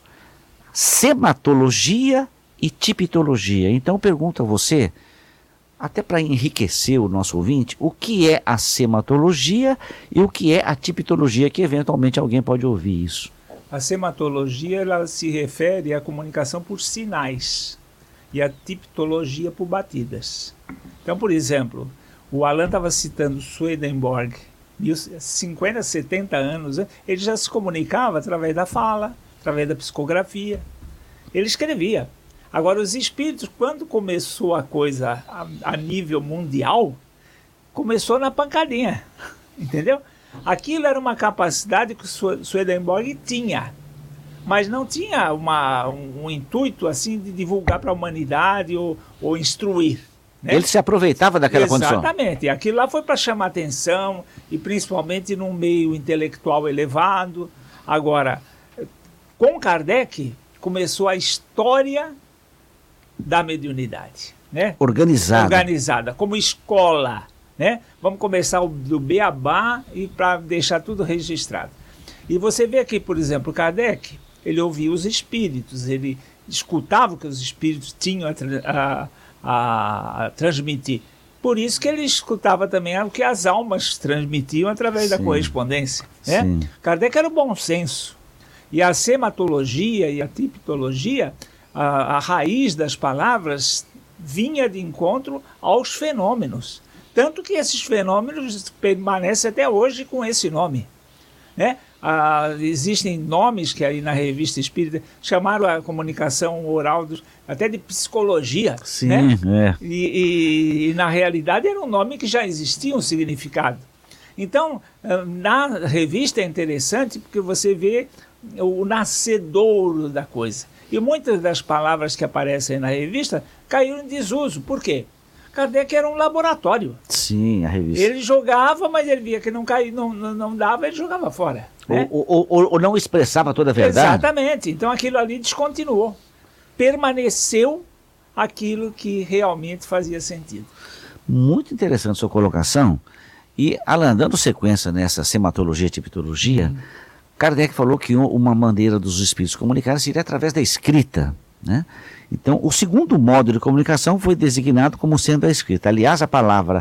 sematologia e tipitologia. Então, eu pergunto a você, até para enriquecer o nosso ouvinte, o que é a sematologia e o que é a tipitologia, que eventualmente alguém pode ouvir isso.
A sematologia ela se refere à comunicação por sinais e a tipitologia por batidas. Então, por exemplo, o Allan estava citando Swedenborg, cinquenta, setenta anos, ele já se comunicava através da fala, através da psicografia. Ele escrevia. Agora, os espíritos, quando começou a coisa a, a nível mundial, começou na pancadinha, entendeu? Aquilo era uma capacidade que o Swedenborg tinha, mas não tinha uma, um, um intuito assim de divulgar para a humanidade ou, ou instruir. Né?
Ele se aproveitava daquela
Exatamente.
condição.
Exatamente. Aquilo lá foi para chamar atenção, e principalmente num meio intelectual elevado. Agora, com Kardec, começou a história da mediunidade. Né?
Organizada.
Organizada, como escola. Né? Vamos começar do beabá e para deixar tudo registrado. E você vê aqui, por exemplo, Kardec, ele ouvia os espíritos, ele escutava o que os espíritos tinham a, a A, a transmitir. Por isso que ele escutava também o que as almas transmitiam através Sim. da correspondência. Né? Kardec era o bom senso. E a sematologia e a tipitologia, a, a raiz das palavras, vinha de encontro aos fenômenos. Tanto que esses fenômenos permanecem até hoje com esse nome. Né? Ah, existem nomes que aí na Revista Espírita chamaram a comunicação oral dos, até de psicologia.
Sim,
né?
é.
E, e, e na realidade era um nome que já existia um significado. Então, na revista é interessante porque você vê o nascedouro da coisa. E muitas das palavras que aparecem na revista caíram em desuso. Por quê? Kardec era um laboratório.
Sim, a revista.
Ele jogava, mas ele via que não, caía, não, não, não dava, ele jogava fora. Né?
Ou, ou, ou, ou não expressava toda a verdade.
Exatamente. Então aquilo ali descontinuou. Permaneceu aquilo que realmente fazia sentido.
Muito interessante a sua colocação. E, Allan, dando sequência nessa sematologia e tipitologia, hum. Kardec falou que uma maneira dos espíritos comunicarem seria através da escrita, né? Então, o segundo modo de comunicação foi designado como sendo a escrita. Aliás, a palavra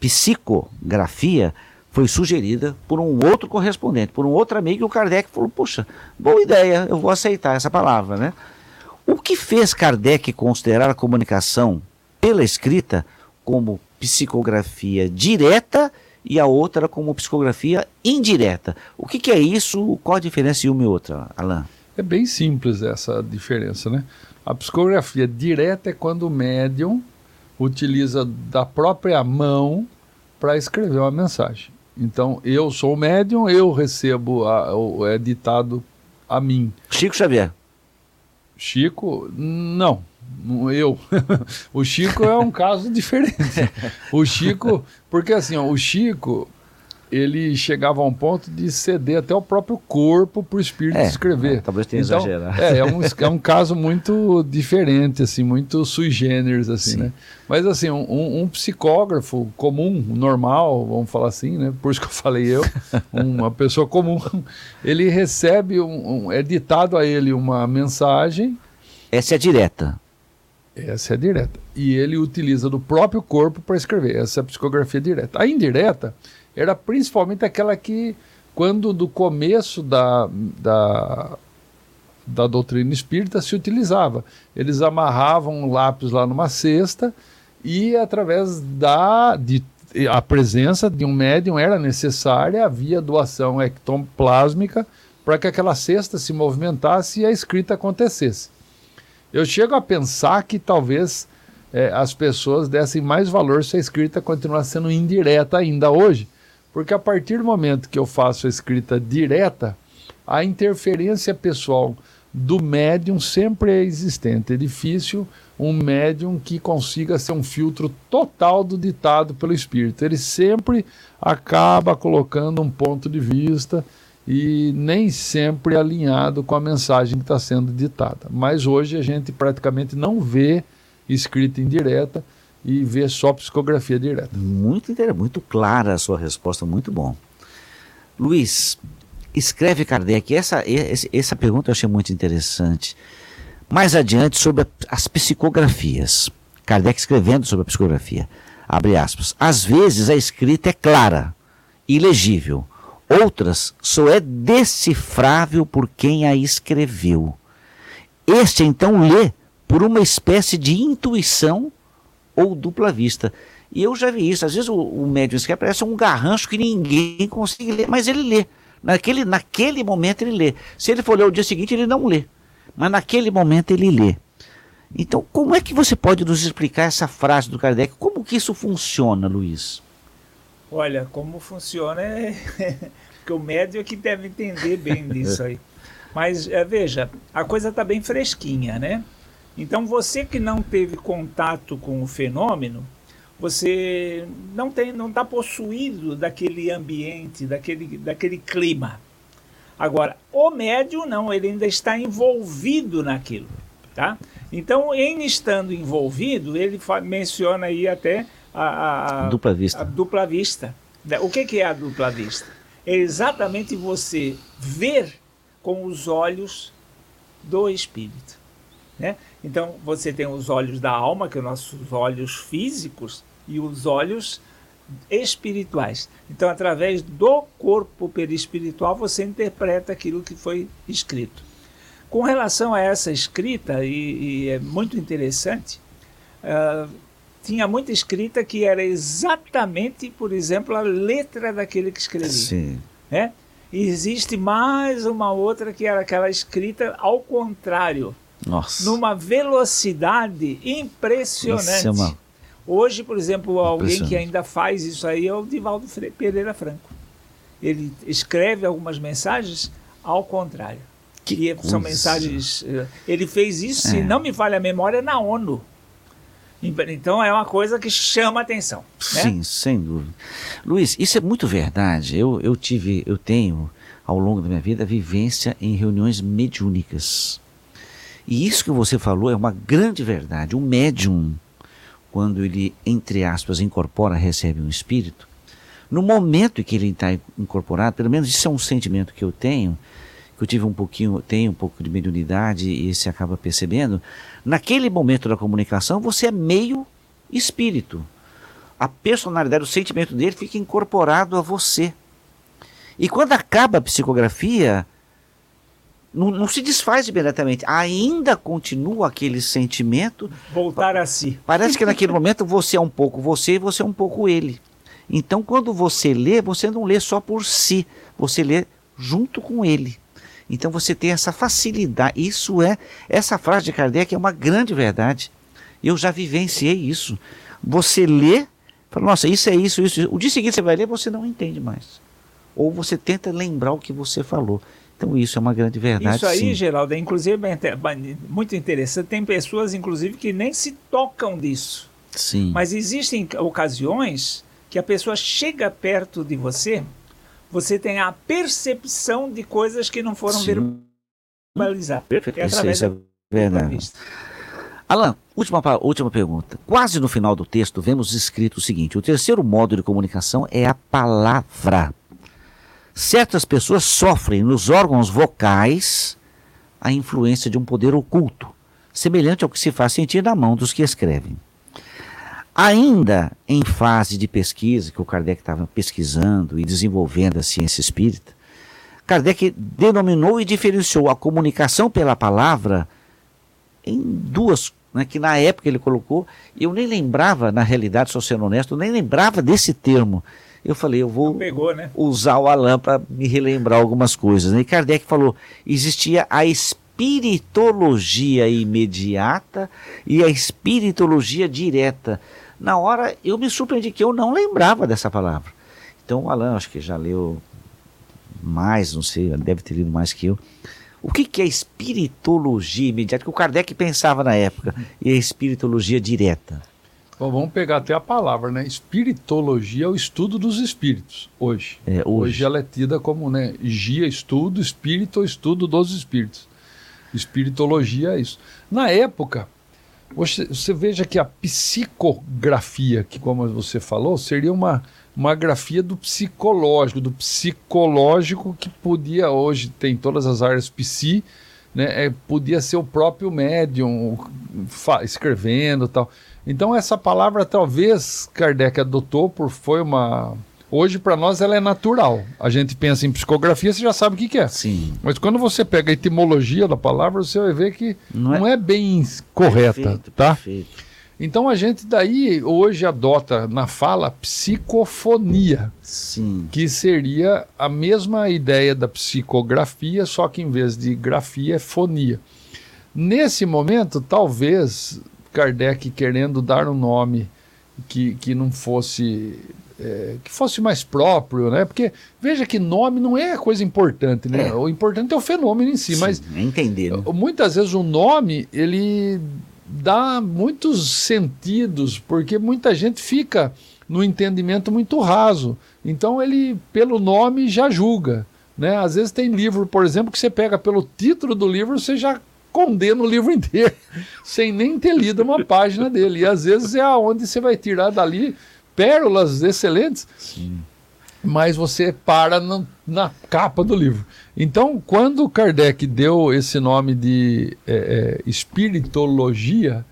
psicografia foi sugerida por um outro correspondente, por um outro amigo, e o Kardec falou, puxa, boa ideia, eu vou aceitar essa palavra, né? O que fez Kardec considerar a comunicação pela escrita como psicografia direta e a outra como psicografia indireta? O que, que é isso? Qual a diferença de uma e outra, Alain?
É bem simples essa diferença, né? A psicografia direta é quando o médium utiliza da própria mão para escrever uma mensagem. Então, eu sou o médium, eu recebo, a, o, é ditado a mim.
Chico Xavier.
Chico, não, eu. O Chico é um caso diferente. O Chico, porque assim, ó, o Chico, ele chegava a um ponto de ceder até o próprio corpo para o espírito
é,
escrever.
É, talvez tenha
então,
exagerado.
É, é um, é um caso muito diferente, assim, muito sui generis, assim, Sim. né? Mas assim, um, um psicógrafo comum, normal, vamos falar assim, né? Por isso que eu falei eu, uma pessoa comum, ele recebe, um, um, é ditado a ele uma mensagem.
Essa é a direta.
Essa é a direta. E ele utiliza do próprio corpo para escrever. Essa é a psicografia direta. A indireta era principalmente aquela que, quando do começo da, da, da doutrina espírita se utilizava. Eles amarravam um lápis lá numa cesta e através da de, a presença de um médium era necessária, havia doação ectoplásmica para que aquela cesta se movimentasse e a escrita acontecesse. Eu chego a pensar que talvez é, as pessoas dessem mais valor se a escrita continuar sendo indireta ainda hoje, porque a partir do momento que eu faço a escrita direta, a interferência pessoal do médium sempre é existente. É difícil um médium que consiga ser um filtro total do ditado pelo espírito. Ele sempre acaba colocando um ponto de vista e nem sempre alinhado com a mensagem que está sendo ditada. Mas hoje a gente praticamente não vê escrita indireta e vê só psicografia direta.
Muito interessante, muito clara a sua resposta, muito bom. Luiz, escreve Kardec, essa, essa pergunta eu achei muito interessante. Mais adiante, sobre as psicografias. Kardec escrevendo sobre a psicografia, abre aspas, às vezes a escrita é clara e legível, outras só é decifrável por quem a escreveu. Este então lê por uma espécie de intuição ou dupla vista. E eu já vi isso, às vezes o, o médium escreve, parece um garrancho que ninguém consegue ler, mas ele lê. Naquele, naquele momento ele lê. Se ele for ler o dia seguinte, ele não lê. Mas naquele momento ele lê. Então, como é que você pode nos explicar essa frase do Kardec? Como que isso funciona, Luiz?
Olha, como funciona é porque o médium é que deve entender bem disso aí. Mas é, veja, a coisa está bem fresquinha, né? Então você que não teve contato com o fenômeno, você não tem, não está possuído daquele ambiente, daquele, daquele clima. Agora, o médium não, ele ainda está envolvido naquilo, tá? Então, em estando envolvido, ele menciona aí até a, a, a,
dupla vista.
a dupla vista. O que, que é a dupla vista? É exatamente você ver com os olhos do espírito, né? Então, você tem os olhos da alma, que são nossos olhos físicos, e os olhos espirituais. Então, através do corpo perispiritual, você interpreta aquilo que foi escrito. Com relação a essa escrita, e, e é muito interessante, uh, tinha muita escrita que era exatamente, por exemplo, a letra daquele que escrevia.
Sim.
Né? E existe mais uma outra que era aquela escrita ao contrário.
Nossa.
Numa velocidade impressionante.
Isso é uma...
Hoje, por exemplo, alguém que ainda faz isso aí é o Divaldo Pereira Franco. Ele escreve algumas mensagens ao contrário. Que e são mensagens... Ele fez isso, é. se não me falha a memória, na ONU. Então é uma coisa que chama a atenção.
Sim, né? Sem dúvida. Luiz, isso é muito verdade. Eu, eu tive, eu tenho, ao longo da minha vida, vivência em reuniões mediúnicas. E isso que você falou é uma grande verdade. O médium, quando ele, entre aspas, incorpora, recebe um espírito, no momento em que ele está incorporado, pelo menos isso é um sentimento que eu tenho, que eu tive um pouquinho, tenho um pouco de mediunidade e se acaba percebendo, naquele momento da comunicação você é meio espírito. a personalidade, o sentimento dele fica incorporado a você. E quando acaba a psicografia, não, não se desfaz imediatamente, ainda continua aquele sentimento.
Voltar a si.
Parece que naquele momento você é um pouco você e você é um pouco ele. Então quando você lê, você não lê só por si, você lê junto com ele. Então você tem essa facilidade. Isso é, essa frase de Kardec é uma grande verdade. Eu já vivenciei isso. Você lê, fala, nossa, isso é isso, isso. O dia seguinte você vai ler, você não entende mais. Ou você tenta lembrar o que você falou. Então isso é uma grande verdade.
Isso aí,
sim.
Geraldo, é inclusive muito interessante. Tem pessoas, inclusive, que nem se tocam disso.
Sim.
Mas existem ocasiões que a pessoa chega perto de você, você tem a percepção de coisas que não foram
Sim.
verbalizadas.
Perfeito,
é
isso, isso é verdade. Alain, última, última pergunta. Quase no final do texto vemos escrito o seguinte: o terceiro modo de comunicação é a palavra. Certas pessoas sofrem nos órgãos vocais a influência de um poder oculto, semelhante ao que se faz sentir na mão dos que escrevem. Ainda em fase de pesquisa, que o Kardec estava pesquisando e desenvolvendo a ciência espírita, Kardec denominou e diferenciou a comunicação pela palavra em duas, né, que na época ele colocou, eu nem lembrava, na realidade, sou sendo honesto, eu nem lembrava desse termo. Eu falei, eu vou
pegou, né?
usar o Alain para me relembrar algumas coisas. E Kardec falou, existia a espiritologia imediata e a espiritologia direta. Na hora, eu me surpreendi que eu não lembrava dessa palavra. Então o Alain, acho que já leu mais, não sei, deve ter lido mais que eu. O que, que é espiritologia imediata? Que o Kardec pensava na época, e a espiritologia direta.
Bom, vamos pegar até a palavra, né? Espiritologia é o estudo dos espíritos, hoje.
É, hoje.
Hoje ela é tida como, né, gia, estudo, espírito, estudo dos espíritos. Espiritologia é isso. Na época, você, você veja que a psicografia, que como você falou, seria uma, uma grafia do psicológico, do psicológico que podia, hoje tem todas as áreas psi, né, é, podia ser o próprio médium escrevendo e tal. Então essa palavra talvez Kardec adotou por foi uma... Hoje para nós ela é natural. A gente pensa em psicografia, você já sabe o que, que é.
Sim.
Mas quando você pega a etimologia da palavra, você vai ver que não é, não é bem correta.
Perfeito,
tá?
Perfeito.
Então a gente daí hoje adota na fala psicofonia.
Sim.
Que seria a mesma ideia da psicografia, só que em vez de grafia é fonia. Nesse momento, talvez Kardec querendo dar um nome que, que não fosse... É, que fosse mais próprio, né? Porque veja que nome não é a coisa importante, né? É. O importante é o fenômeno em si, Sim, mas
é entender, né?
Muitas vezes o nome ele dá muitos sentidos, porque muita gente fica no entendimento muito raso. Então ele, pelo nome, já julga, né? Às vezes tem livro, por exemplo, que você pega pelo título do livro, você já condena o livro inteiro, sem nem ter lido uma página dele. E às vezes é aonde você vai tirar dali pérolas excelentes, Sim. mas você para no, na capa do livro. Então, quando Kardec deu esse nome de é, é, espiritologia,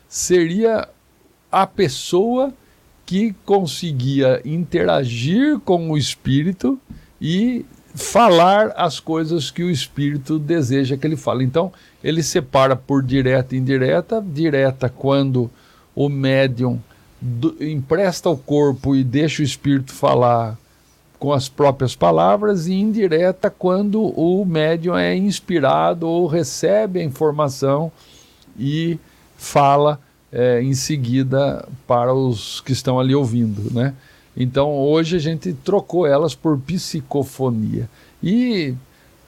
seria a pessoa que conseguia interagir com o espírito e falar as coisas que o espírito deseja que ele fale. Então, ele separa por direta e indireta. Direta quando o médium Do, empresta o corpo e deixa o espírito falar com as próprias palavras, e indireta quando o médium é inspirado ou recebe a informação e fala é, em seguida para os que estão ali ouvindo, né? Então hoje a gente trocou elas por psicofonia. E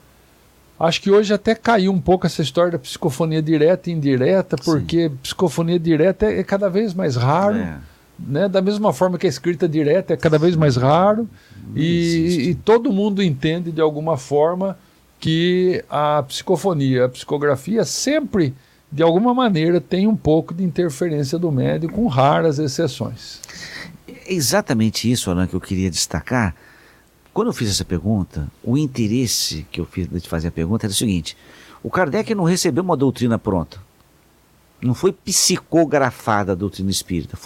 acho que hoje até caiu um pouco essa história da psicofonia direta e indireta, porque Sim. psicofonia direta é, é cada vez mais raro, é. né? Da mesma forma que a escrita direta é cada vez mais raro, e, e todo mundo entende de alguma forma que a psicofonia, a psicografia sempre, de alguma maneira, tem um pouco de interferência do médium, com raras exceções.
É exatamente isso, Alain, que eu queria destacar. Quando eu fiz essa pergunta, o interesse que eu fiz de fazer a pergunta era o seguinte: o Kardec não recebeu uma doutrina pronta. Não foi psicografada a doutrina espírita, foi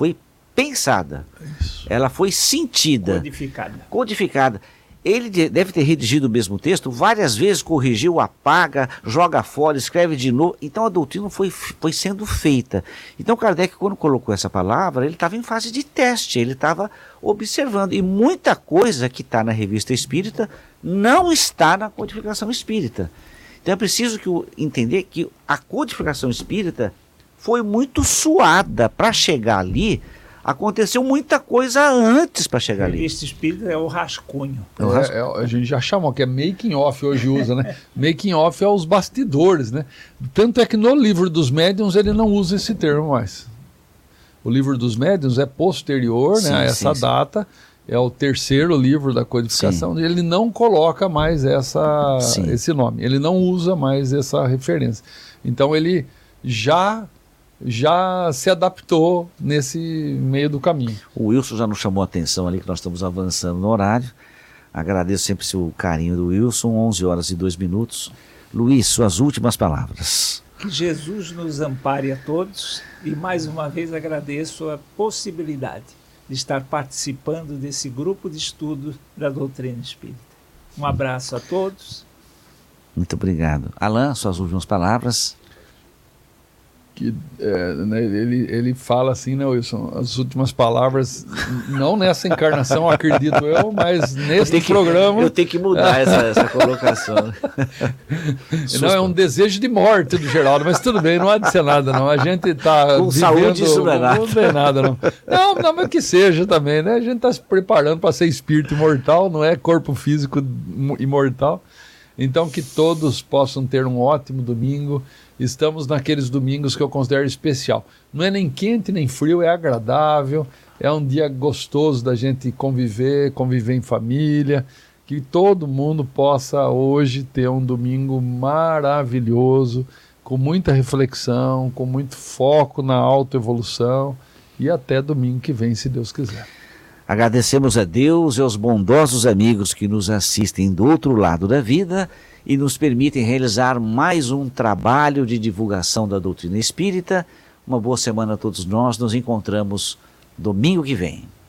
pensada,
Isso.
ela foi sentida,
Codificada.
codificada. Ele de- deve ter redigido o mesmo texto, várias vezes corrigiu, apaga, joga fora, escreve de novo. Então a doutrina foi, foi sendo feita. Então Kardec, quando colocou essa palavra, ele estava em fase de teste, ele estava observando. E muita coisa que está na Revista Espírita não está na codificação espírita. Então é preciso que o, entender que a codificação espírita foi muito suada para chegar ali. Aconteceu muita coisa antes para chegar ali.
Revista Espírita é o rascunho.
É o rascunho.
É, é, a gente já chamou, que é making off, hoje usa, né? Making off é os bastidores, né? Tanto é que no livro dos médiuns ele não usa esse termo mais. O livro dos médiuns é posterior,
Sim,
né, a essa
sim,
data, é o terceiro livro da codificação,
Sim.
ele não coloca mais essa,
Sim.
esse nome, ele não usa mais essa referência. Então ele já... já se adaptou nesse meio do caminho.
O Wilson já nos chamou a atenção ali que nós estamos avançando no horário. Agradeço sempre o carinho do Wilson, onze horas e dois minutos. Luiz, suas últimas palavras.
Que Jesus nos ampare a todos e mais uma vez agradeço a possibilidade de estar participando desse grupo de estudo da doutrina espírita. Um abraço a todos.
Muito obrigado. Alain, suas últimas palavras.
Que, é, né, ele, ele fala assim, né, Wilson, as últimas palavras, não nessa encarnação, acredito eu, mas nesse
Eu
programa...
Que, eu tenho que mudar essa, essa colocação.
Não, é um desejo de morte do Geraldo, mas tudo bem, não há de ser nada, não. A gente está
Com
vivendo...
saúde isso não é nada.
Não tem nada, não. Não, não, mas que seja também, né? A gente está se preparando para ser espírito imortal, não é corpo físico imortal. Então, que todos possam ter um ótimo domingo. Estamos naqueles domingos que eu considero especial. Não é nem quente nem frio, é agradável, é um dia gostoso da gente conviver, conviver em família, que todo mundo possa hoje ter um domingo maravilhoso, com muita reflexão, com muito foco na autoevolução, e até domingo que vem, se Deus quiser.
Agradecemos a Deus e aos bondosos amigos que nos assistem do outro lado da vida e nos permitem realizar mais um trabalho de divulgação da doutrina espírita. Uma boa semana a todos nós. Nos encontramos domingo que vem.